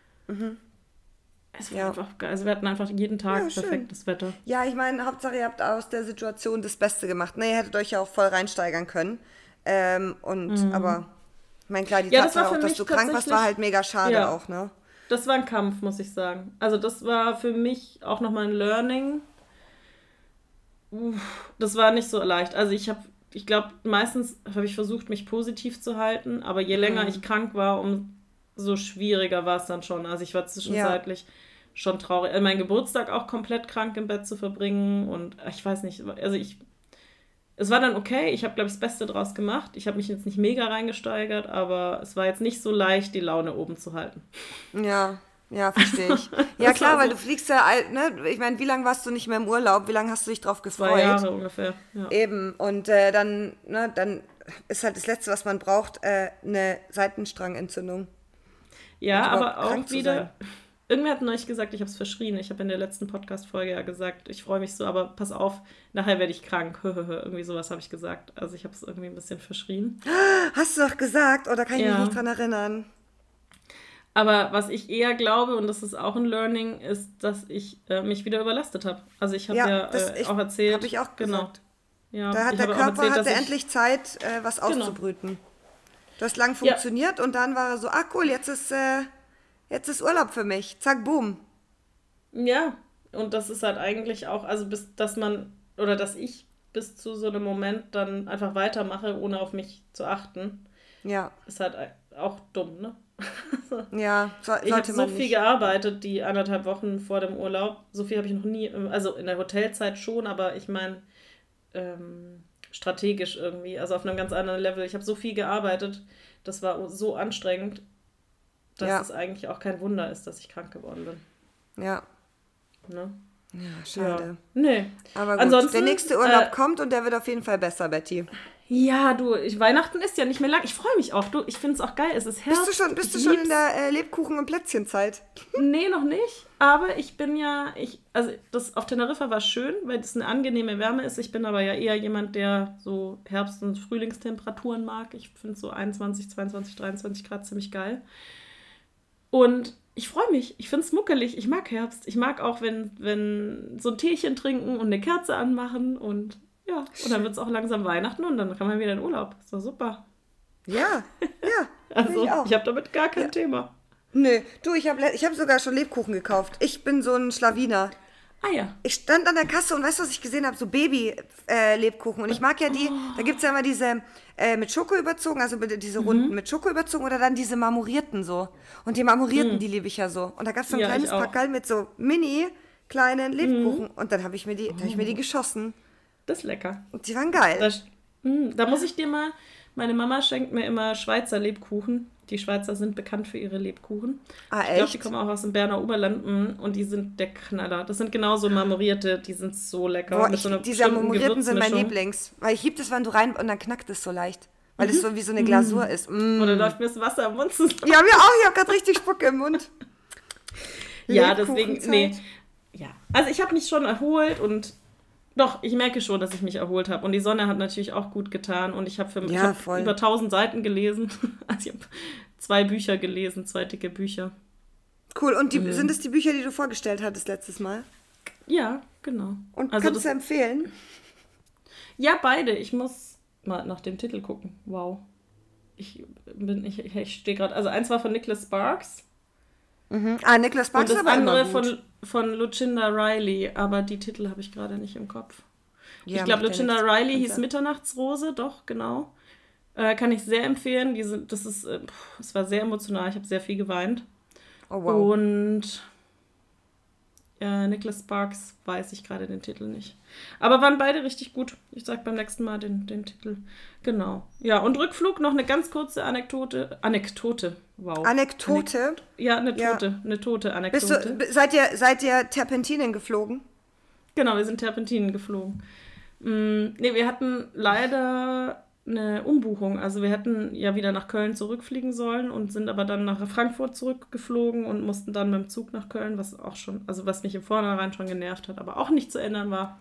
Es war einfach geil. Also wir hatten einfach jeden Tag perfektes Wetter. Ja, ich meine, Hauptsache ihr habt aus der Situation das Beste gemacht. Ne, ihr hättet euch ja auch voll reinsteigern können. Aber, ich meine, klar, die Tatsache auch, dass du krank warst, war halt mega schade auch, ne? Das war ein Kampf, muss ich sagen. Also das war für mich auch nochmal ein Learning. Das war nicht so leicht. Also ich glaube, meistens habe ich versucht, mich positiv zu halten, aber je länger ich krank war, umso schwieriger war es dann schon. Also ich war zwischenzeitlich schon traurig. Also meinen Geburtstag auch komplett krank im Bett zu verbringen und ich weiß nicht, also es war dann okay, ich habe, glaube ich, das Beste draus gemacht. Ich habe mich jetzt nicht mega reingesteigert, aber es war jetzt nicht so leicht, die Laune oben zu halten. Ja, verstehe ich. Ja, klar, weil du fliegst ja, ne? Ich meine, wie lange warst du nicht mehr im Urlaub? Wie lange hast du dich drauf gefreut? 2 Jahre ungefähr, ja. Eben, und dann ist halt das Letzte, was man braucht, eine Seitenstrangentzündung. Ja, aber auch wieder... Irgendwer hat neulich gesagt, ich habe es verschrien. Ich habe in der letzten Podcast-Folge ja gesagt, ich freue mich so, aber pass auf, nachher werde ich krank. Irgendwie sowas habe ich gesagt. Also ich habe es irgendwie ein bisschen verschrien. Hast du doch gesagt, oder kann ich mich nicht dran erinnern? Aber was ich eher glaube, und das ist auch ein Learning, ist, dass ich mich wieder überlastet habe. Also ich habe auch erzählt. Habe ich auch gesagt. Ja, da hat der Körper endlich Zeit, was auszubrüten. Du hast lang funktioniert und dann war er so, cool, jetzt ist Urlaub für mich. Zack, boom. Ja, und das ist halt eigentlich auch, also dass ich bis zu so einem Moment dann einfach weitermache, ohne auf mich zu achten. Ja. Ist halt auch dumm, ne? Ja, sollte ich habe so viel gearbeitet, die 1,5 Wochen vor dem Urlaub. So viel habe ich noch nie, also in der Hotelzeit schon, aber ich meine strategisch irgendwie, also auf einem ganz anderen Level. Ich habe so viel gearbeitet, das war so anstrengend, dass es eigentlich auch kein Wunder ist, dass ich krank geworden bin. Ja. Ne? Ja, schade. Ja. Nee. Aber gut, ansonsten, der nächste Urlaub kommt und der wird auf jeden Fall besser, Betty. Ja, Weihnachten ist ja nicht mehr lang. Ich freue mich auch. Ich finde es auch geil. Es ist Herbst. Bist du schon in der Lebkuchen- und Plätzchenzeit? Nee, noch nicht. Aber ich bin also das auf Teneriffa war schön, weil es eine angenehme Wärme ist. Ich bin aber ja eher jemand, der so Herbst- und Frühlingstemperaturen mag. Ich finde so 21, 22, 23 Grad ziemlich geil. Und ich freue mich. Ich finde es muckelig. Ich mag Herbst. Ich mag auch, wenn so ein Teechen trinken und eine Kerze anmachen und ja, und dann wird es auch langsam Weihnachten und dann kann man wieder in Urlaub. Ist doch super. Ja. Also, ich habe damit gar kein Thema. Nö, du, ich hab sogar schon Lebkuchen gekauft. Ich bin so ein Schlawiner. Ah ja. Ich stand an der Kasse und weißt du, was ich gesehen habe? So Baby-Lebkuchen. Und ich mag ja da gibt es ja immer diese mit Schoko überzogen, also diese Runden mit Schoko überzogen oder dann diese marmorierten so. Und die marmorierten, die liebe ich ja so. Und da gab es so ein kleines Packerl mit so mini kleinen Lebkuchen. Und dann habe ich mir die geschossen. Das ist lecker. Und die waren geil. Da muss ich dir mal, meine Mama schenkt mir immer Schweizer Lebkuchen. Die Schweizer sind bekannt für ihre Lebkuchen. Echt? Ich glaube, die kommen auch aus dem Berner Oberland und die sind der Knaller. Das sind genauso marmorierte, die sind so lecker. Boah, diese marmorierten sind mein Lieblings. Weil ich liebe das, wenn du rein und dann knackt es so leicht. Weil es so wie so eine Glasur ist. Oder läuft mir das Wasser im Mund zusammen. Ja, mir auch. Ich habe gerade richtig Spucke im Mund. Ja, deswegen, nee. Ja, also ich habe mich schon erholt und doch, ich merke schon, dass ich mich erholt habe. Und die Sonne hat natürlich auch gut getan. Und ich habe über 1000 Seiten gelesen. Also ich habe 2 Bücher gelesen, 2 dicke Bücher. Cool. Und sind es die Bücher, die du vorgestellt hattest letztes Mal? Ja, genau. Und also kannst du empfehlen? Ja, beide. Ich muss mal nach dem Titel gucken. Wow. Ich stehe gerade... Also eins war von Nicholas Sparks. Nicholas Sparks und das aber andere immer gut. von Lucinda Riley, aber die Titel habe ich gerade nicht im Kopf. Ja, ich glaube, Lucinda Riley hieß Mitternachtsrose, doch, genau. Kann ich sehr empfehlen. Es war sehr emotional, ich habe sehr viel geweint. Oh, wow. Und Nicholas Sparks, weiß ich gerade den Titel nicht. Aber waren beide richtig gut. Ich sag beim nächsten Mal den Titel. Genau. Ja, und Rückflug, noch eine ganz kurze Anekdote. Wow. Anekdote? Eine tote Anekdote. Seid ihr Terpentinen geflogen? Genau, wir sind Terpentinen geflogen. Wir hatten leider eine Umbuchung. Also wir hätten ja wieder nach Köln zurückfliegen sollen und sind aber dann nach Frankfurt zurückgeflogen und mussten dann mit dem Zug nach Köln, was mich im Vornherein schon genervt hat, aber auch nicht zu ändern war.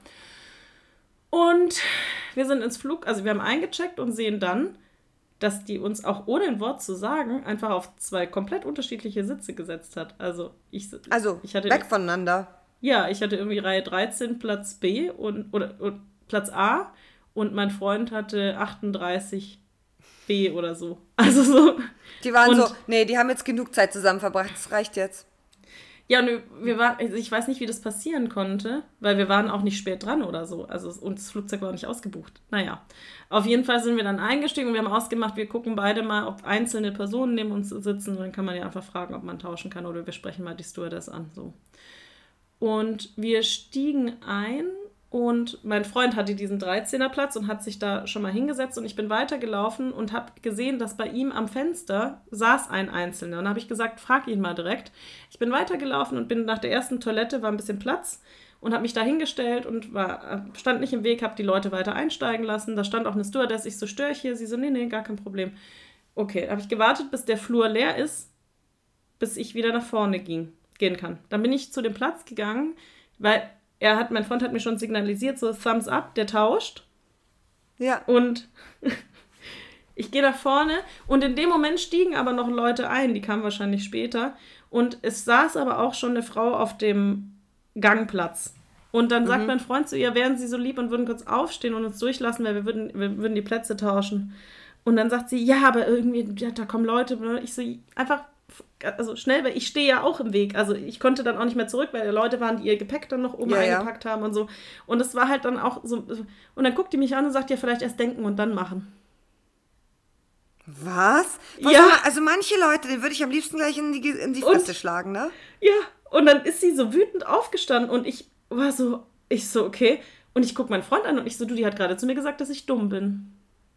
Und wir sind wir haben eingecheckt und sehen dann, dass die uns auch ohne ein Wort zu sagen einfach auf 2 komplett unterschiedliche Sitze gesetzt hat. Also ich hatte weg voneinander. Ja, ich hatte irgendwie Reihe 13 Platz B und Platz A. Und mein Freund hatte 38 B oder so. Also so. Die waren die haben jetzt genug Zeit zusammen verbracht, das reicht jetzt. Ja, ich weiß nicht, wie das passieren konnte, weil wir waren auch nicht spät dran oder so. Und das Flugzeug war auch nicht ausgebucht. Naja, auf jeden Fall sind wir dann eingestiegen und wir haben ausgemacht, wir gucken beide mal, ob einzelne Personen neben uns sitzen. Und dann kann man ja einfach fragen, ob man tauschen kann oder wir sprechen mal die Stewardess an. So. Und wir stiegen ein. Und mein Freund hatte diesen 13er Platz und hat sich da schon mal hingesetzt und ich bin weitergelaufen und habe gesehen, dass bei ihm am Fenster saß ein Einzelner. Und dann habe ich gesagt, frag ihn mal direkt. Ich bin weitergelaufen und bin nach der ersten Toilette, war ein bisschen Platz und habe mich da hingestellt und stand nicht im Weg, habe die Leute weiter einsteigen lassen. Da stand auch eine Stewardess, ich so, störe ich hier? Sie so, nee, gar kein Problem. Okay, habe ich gewartet, bis der Flur leer ist, bis ich wieder nach vorne gehen kann. Dann bin ich zu dem Platz gegangen, weil mein Freund hat mir schon signalisiert, so Thumbs up, der tauscht. Ja. Und ich gehe nach vorne und in dem Moment stiegen aber noch Leute ein, die kamen wahrscheinlich später. Und es saß aber auch schon eine Frau auf dem Gangplatz. Und dann sagt mein Freund zu ihr, wären Sie so lieb und würden kurz aufstehen und uns durchlassen, weil wir würden die Plätze tauschen. Und dann sagt sie, ja, aber irgendwie, da kommen Leute. Ich so, einfach... Also schnell, weil ich stehe ja auch im Weg. Also ich konnte dann auch nicht mehr zurück, weil da Leute waren, die ihr Gepäck dann noch oben eingepackt haben und so. Und es war halt dann auch so. Und dann guckt die mich an und sagt, ja, vielleicht erst denken und dann machen. Was? Ja. Also manche Leute, den würde ich am liebsten gleich in die Fresse schlagen, ne? Ja, und dann ist sie so wütend aufgestanden und ich so, okay. Und ich gucke meinen Freund an und ich so, die hat gerade zu mir gesagt, dass ich dumm bin.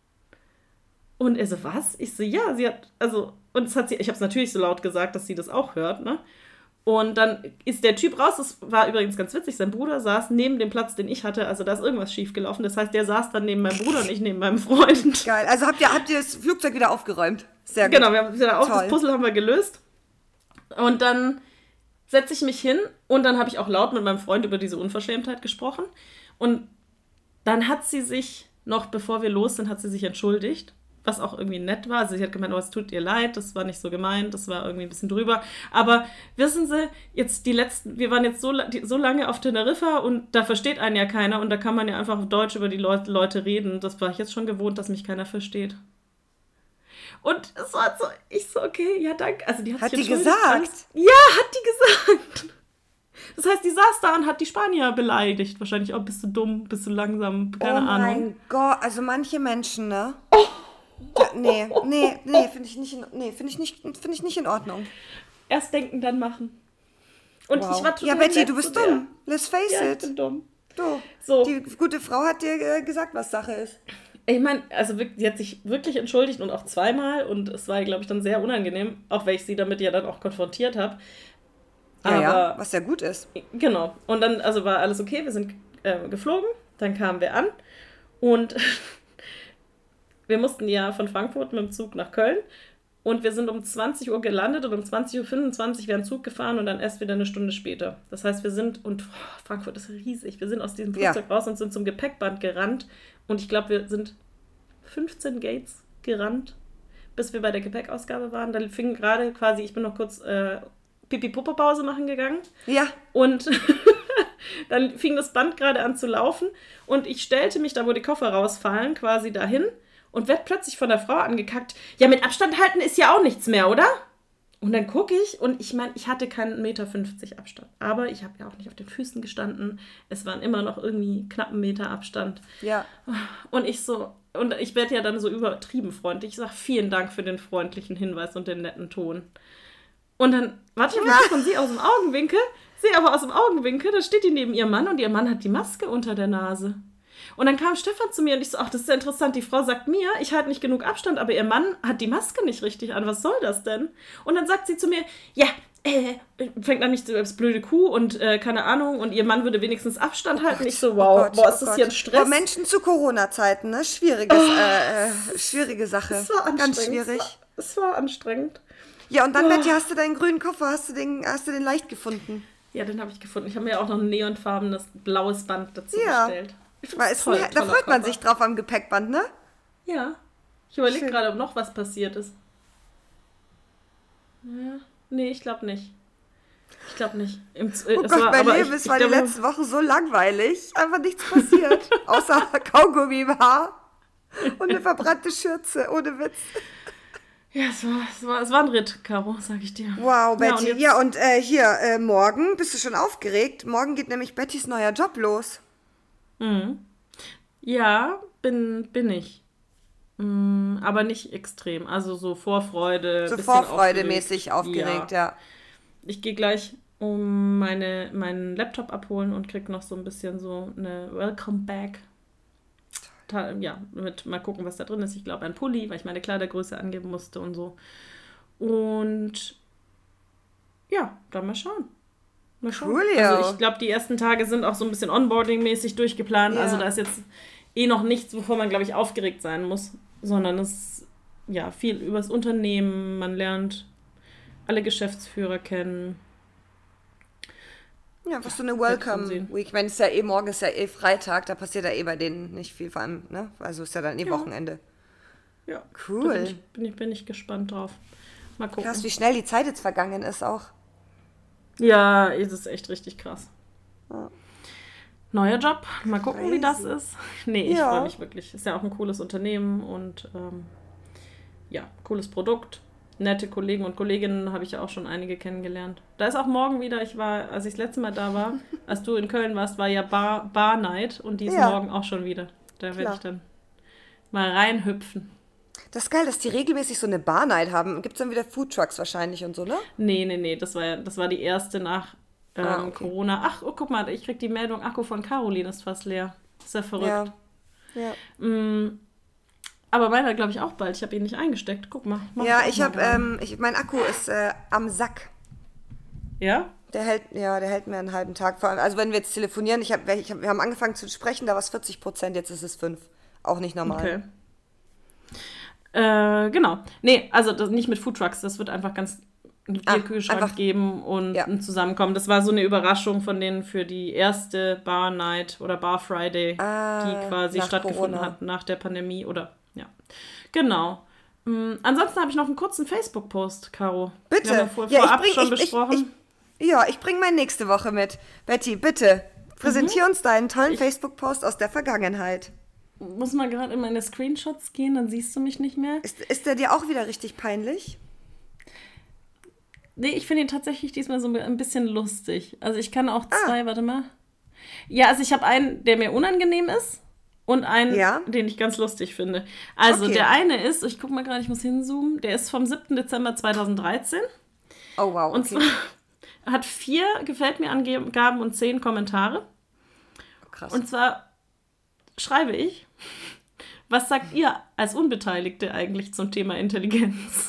Und er so, was? Ich so, ja, sie hat, und ich habe es natürlich so laut gesagt, dass sie das auch hört, ne? Und dann ist der Typ raus, das war übrigens ganz witzig, sein Bruder saß neben dem Platz, den ich hatte, also da ist irgendwas schiefgelaufen, das heißt, der saß dann neben meinem Bruder und ich neben meinem Freund. Geil, also habt ihr das Flugzeug wieder aufgeräumt? Sehr gut. Genau, wir haben wieder das Puzzle haben wir gelöst und dann setze ich mich hin und dann habe ich auch laut mit meinem Freund über diese Unverschämtheit gesprochen und dann hat sie sich, noch bevor wir los sind, hat sie sich entschuldigt. Was auch irgendwie nett war. Also sie hat gemeint, es tut ihr leid, das war nicht so gemeint, das war irgendwie ein bisschen drüber. Aber wissen Sie, jetzt wir waren jetzt so lange auf Teneriffa und da versteht einen ja keiner und da kann man ja einfach auf Deutsch über die Leute reden. Das war ich jetzt schon gewohnt, dass mich keiner versteht. Und es war so, okay, ja, danke. Also die hat die gesagt? Ja, hat die gesagt. Das heißt, die saß da und hat die Spanier beleidigt. Wahrscheinlich auch, bist du dumm, bist du langsam, keine Ahnung. Oh mein Gott, also manche Menschen, ne? Nee, finde ich nicht in Ordnung. Erst denken, dann machen. Und ich war total Betty, du bist dumm. Let's face it. Ich bin dumm. So. Die gute Frau hat dir gesagt, was Sache ist. Ich meine, also sie hat sich wirklich entschuldigt und auch zweimal und es war, glaube ich, dann sehr unangenehm, auch weil ich sie damit ja dann auch konfrontiert habe. Ja, was ja gut ist. Genau. Und dann, war alles okay, wir sind geflogen, dann kamen wir an und wir mussten ja von Frankfurt mit dem Zug nach Köln und wir sind um 20 Uhr gelandet und um 20.25 Uhr wäre ein Zug gefahren und dann erst wieder eine Stunde später. Das heißt, Frankfurt ist riesig, wir sind aus diesem Flugzeug raus und sind zum Gepäckband gerannt und ich glaube, wir sind 15 Gates gerannt, bis wir bei der Gepäckausgabe waren. Dann fing gerade quasi, ich bin noch kurz Pipi-Popo-Pause machen gegangen. Ja. Und dann fing das Band gerade an zu laufen und ich stellte mich da, wo die Koffer rausfallen, quasi dahin und werd plötzlich von der Frau angekackt. Ja, mit Abstand halten ist ja auch nichts mehr, oder? Und dann gucke ich und ich meine, ich hatte keinen 1,50 Meter Abstand. Aber ich habe ja auch nicht auf den Füßen gestanden. Es waren immer noch irgendwie knapp 1 Meter Abstand. Ja. Und ich werde ja dann so übertrieben freundlich. Ich sage, vielen Dank für den freundlichen Hinweis und den netten Ton. Und dann, warte, von sie aus dem Augenwinkel, sehe aber aus dem Augenwinkel, da steht die neben ihrem Mann und ihr Mann hat die Maske unter der Nase. Und dann kam Stefan zu mir und ich so, ach, das ist ja interessant, die Frau sagt mir, ich halte nicht genug Abstand, aber ihr Mann hat die Maske nicht richtig an, was soll das denn? Und dann sagt sie zu mir, ja, fängt an mich als blöde Kuh und keine Ahnung und ihr Mann würde wenigstens Abstand halten. Ich so, wow, boah, ist das hier ein Stress? Boah, Menschen zu Corona-Zeiten, ne? Schwierige Sache. Es war anstrengend. Ganz schwierig. Es war anstrengend. Ja, und dann, Betty, hast du deinen grünen Koffer, hast du den leicht gefunden? Ja, den habe ich gefunden. Ich habe mir auch noch ein neonfarbenes blaues Band dazu bestellt. Ich find's da freut man sich drauf am Gepäckband, ne? Ja. Ich überlege gerade, ob noch was passiert ist. Ja. Nee, ich glaube nicht. Oh Gott, mein Leben ist die letzten Wochen so langweilig. Einfach nichts passiert. Außer Kaugummi im Haar und eine verbrannte Schürze, ohne Witz. Ja, es war ein Ritt, Caro, sag ich dir. Wow, Betty. Ja, und hier, morgen, bist du schon aufgeregt? Morgen geht nämlich Bettys neuer Job los. Mhm. Ja, bin ich. Aber nicht extrem. Also so Vorfreude. So vorfreudemäßig aufgeregt, ja. Ich gehe gleich meinen Laptop abholen und krieg noch so ein bisschen so eine Welcome Bag. Ja, mal gucken, was da drin ist. Ich glaube, ein Pulli, weil ich meine Kleidergröße angeben musste und so. Und ja, dann mal schauen. Cool, ja. Also ich glaube, die ersten Tage sind auch so ein bisschen Onboarding-mäßig durchgeplant. Ja. Also da ist jetzt noch nichts, wovor man, glaube ich, aufgeregt sein muss. Sondern es ist ja viel übers Unternehmen. Man lernt alle Geschäftsführer kennen. Ja, was so eine Welcome-Week. Ich meine, morgen ist ja Freitag, da passiert ja bei denen nicht viel, vor allem, ne? Also ist ja dann Wochenende. Ja. Cool. Da bin ich gespannt drauf. Mal gucken. Krass, wie schnell die Zeit jetzt vergangen ist auch. Ja, es ist echt richtig krass. Ja. Neuer Job, mal gucken, wie das ist. Nee, ich freue mich wirklich. Ist ja auch ein cooles Unternehmen und cooles Produkt. Nette Kollegen und Kolleginnen habe ich ja auch schon einige kennengelernt. Da ist auch morgen wieder, als ich das letzte Mal da war, als du in Köln warst, war ja Bar Night und die ist morgen auch schon wieder. Da werde ich dann mal reinhüpfen. Das ist geil, dass die regelmäßig so eine Bar Night haben. Gibt es dann wieder Foodtrucks wahrscheinlich und so, ne? Nee, das war die erste nach Corona. Ach, guck mal, ich krieg die Meldung, Akku von Caroline ist fast leer. Ist ja verrückt. Ja. Aber meiner, glaube ich, auch bald. Ich habe ihn nicht eingesteckt. Guck mal. Ja, mein Akku ist am Sack. Ja? Der hält mir einen halben Tag. Vor allem, also wenn wir jetzt telefonieren, wir haben angefangen zu sprechen, da war es 40%, jetzt ist es 5%. Auch nicht normal. Okay. Genau. Nee, also das nicht mit Foodtrucks. Das wird einfach ganz einen Bierkühlschrank geben und ein Zusammenkommen. Das war so eine Überraschung von denen für die erste Bar Night oder Bar Friday, die quasi stattgefunden hat nach der Pandemie oder genau. Ansonsten habe ich noch einen kurzen Facebook-Post, Caro. Bitte. Wir haben vorab schon besprochen. Ich bringe meinen nächste Woche mit. Betty, bitte, präsentier uns deinen tollen Facebook-Post aus der Vergangenheit. Muss mal gerade in meine Screenshots gehen, dann siehst du mich nicht mehr. Ist der dir auch wieder richtig peinlich? Nee, ich finde ihn tatsächlich diesmal so ein bisschen lustig. Also ich kann auch zwei, warte mal. Ja, also ich habe einen, der mir unangenehm ist. Und einen, den ich ganz lustig finde. Also der eine ist, ich gucke mal gerade, ich muss hinzoomen, der ist vom 7. Dezember 2013. Oh wow, okay. Und zwar hat 4 Gefällt-mir-Angaben und 10 Kommentare. Oh, krass. Und zwar schreibe ich, was sagt ihr als Unbeteiligte eigentlich zum Thema Intelligenz?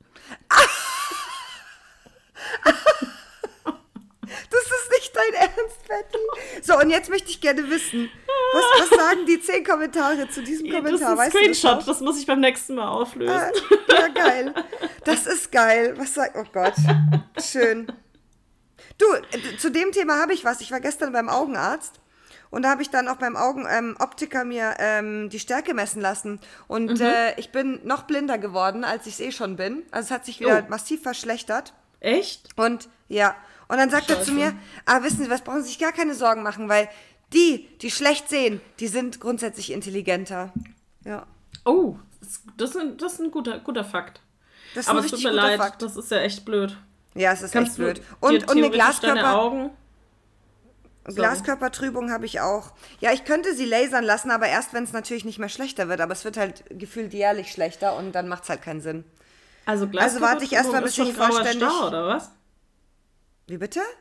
Das ist nicht dein Ernst, Betty. So, und jetzt möchte ich gerne wissen, was sagen die 10 Kommentare zu diesem Kommentar? Das ist ein Screenshot, das muss ich beim nächsten Mal auflösen. Ja, geil. Das ist geil. Oh Gott, schön. Du, zu dem Thema habe ich was. Ich war gestern beim Augenarzt und da habe ich dann auch beim Augenoptiker mir die Stärke messen lassen. Und ich bin noch blinder geworden, als ich es schon bin. Also es hat sich wieder massiv verschlechtert. Echt? Und dann sagt er zu mir, wissen Sie was, brauchen Sie sich gar keine Sorgen machen, weil die schlecht sehen, die sind grundsätzlich intelligenter. Ja. Oh, das ist ein guter Fakt. Das ist aber ein es tut richtig mir guter leid, Fakt. das ist ja echt blöd. Ja, es ist Kannst echt blöd. Und eine Glaskörper... Glaskörpertrübung habe ich auch. Ja, ich könnte sie lasern lassen, aber erst, wenn es natürlich nicht mehr schlechter wird. Aber es wird halt gefühlt jährlich schlechter und dann macht es halt keinen Sinn. Also warte ich erst mal, bis ich vollständig... Star, oder was? Wie bitte?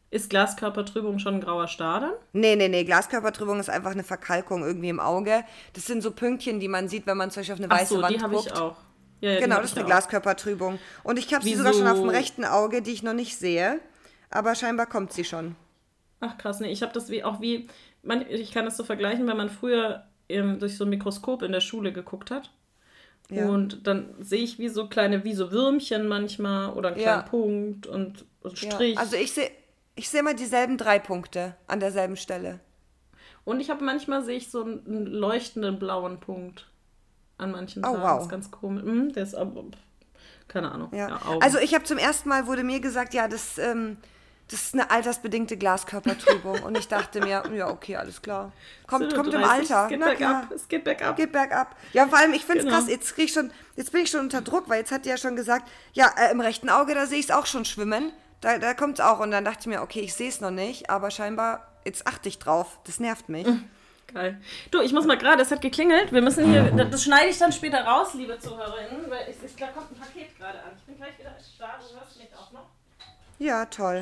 Ist Glaskörpertrübung schon ein grauer Star dann? Nee. Glaskörpertrübung ist einfach eine Verkalkung irgendwie im Auge. Das sind so Pünktchen, die man sieht, wenn man zum Beispiel auf eine weiße Wand guckt. Die habe ich auch. Ja, genau, das ist eine Glaskörpertrübung. Und ich habe sie sogar schon auf dem rechten Auge, die ich noch nicht sehe. Aber scheinbar kommt sie schon. Ach krass, nee, ich habe das ich kann das so vergleichen, wenn man früher durch so ein Mikroskop in der Schule geguckt hat. Ja. Und dann sehe ich wie so Würmchen manchmal oder einen kleinen Punkt und einen Strich. Ja. Also ich sehe mal dieselben 3 Punkte an derselben Stelle. Und manchmal sehe ich so einen leuchtenden blauen Punkt an manchen Tagen. Wow. Das ist ganz komisch. Der ist aber, keine Ahnung. Ja. Also ich habe zum ersten Mal, wurde mir gesagt, ja, das ist eine altersbedingte Glaskörpertrübung. Und ich dachte mir, ja, okay, alles klar. Kommt im Alter. Es geht bergab. Geht bergab. Ja, vor allem, ich finde es krass, jetzt bin ich schon unter Druck, weil jetzt hat die ja schon gesagt, ja, im rechten Auge, da sehe ich es auch schon schwimmen. Da kommt es auch. Und dann dachte ich mir, okay, ich sehe es noch nicht, aber scheinbar, jetzt achte ich drauf. Das nervt mich. Geil. Du, ich muss mal gerade, es hat geklingelt. Wir müssen hier, das schneide ich dann später raus, liebe Zuhörerinnen, weil da kommt ein Paket gerade an. Ich bin gleich wieder da, du hörst mich auch noch. Ja, toll.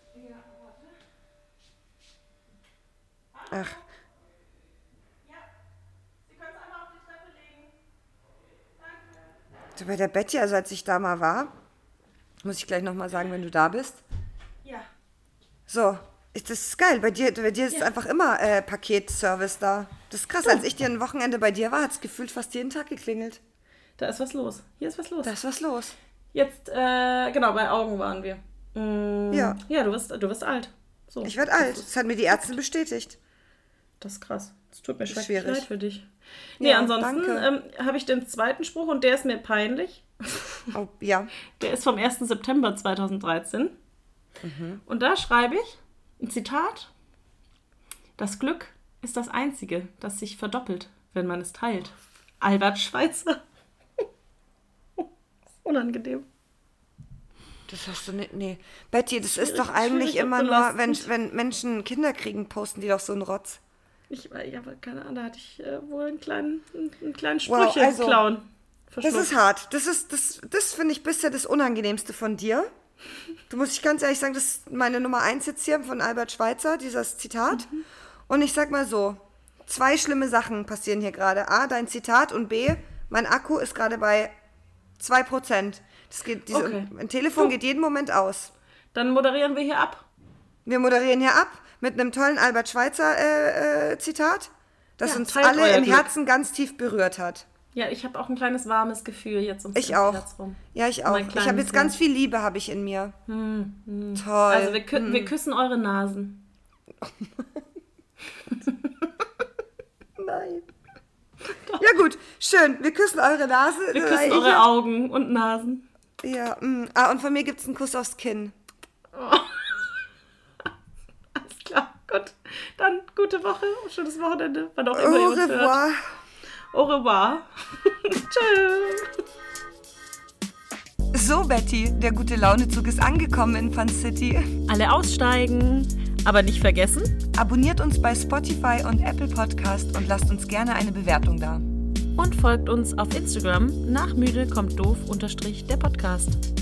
Ach. Ja, Sie können es einmal auf die Treppe legen. Danke. Bei der Betty, also als ich da mal war, muss ich gleich nochmal sagen, wenn du da bist. Ja. So, das ist geil. Bei dir ist einfach immer Paketservice da. Das ist krass. Als ich dir ein Wochenende bei dir war, hat es gefühlt fast jeden Tag geklingelt. Da ist was los. Hier ist was los. Da ist was los. Jetzt, genau, bei Augen waren wir. Ja. Ja, du wirst alt. So. Ich werde alt. Das hat mir die Ärztin bestätigt. Das ist krass. Es tut mir schwierig leid für dich. Nee, ansonsten habe ich den zweiten Spruch und der ist mir peinlich. Oh, ja. Der ist vom 1. September 2013. Und da schreibe ich ein Zitat. Das Glück ist das Einzige, das sich verdoppelt, wenn man es teilt. Albert Schweitzer. Das ist unangenehm. Das hast du nicht, nee. Betty, das ist doch eigentlich immer nur, wenn Menschen Kinder kriegen, posten die doch so einen Rotz. Aber keine Ahnung, da hatte ich wohl einen kleinen Sprüche-Clown. Das ist hart. Das finde ich bisher das Unangenehmste von dir. Du musst ich ganz ehrlich sagen, das ist meine Nummer 1 jetzt hier von Albert Schweitzer, dieses Zitat. Und ich sag mal so, 2 schlimme Sachen passieren hier gerade. A, dein Zitat und B, mein Akku ist gerade bei 2%. Ein Telefon geht jeden Moment aus. Dann moderieren wir hier ab. Wir moderieren hier ab mit einem tollen Albert Schweitzer Zitat, das uns alle im Herzen ganz tief berührt hat. Ja, ich habe auch ein kleines warmes Gefühl jetzt ums Herz rum. Ja, ich auch. Ich habe jetzt ganz viel Liebe habe ich in mir. Toll. Also wir küssen eure Nasen. Nein. Ja gut, schön. Wir küssen eure Nase. Wir küssen eure Augen und Nasen. Ja, und von mir gibt es einen Kuss aufs Kinn. Oh. Alles klar, gut. Dann gute Woche, schönes Wochenende. Wann auch immer ihr uns hört. Au revoir. Tschüss. So, Betty, der gute Launezug ist angekommen in Fun City. Alle aussteigen, aber nicht vergessen. Abonniert uns bei Spotify und Apple Podcast und lasst uns gerne eine Bewertung da. Und folgt uns auf Instagram @nachmüde_kommt_doof_ der Podcast.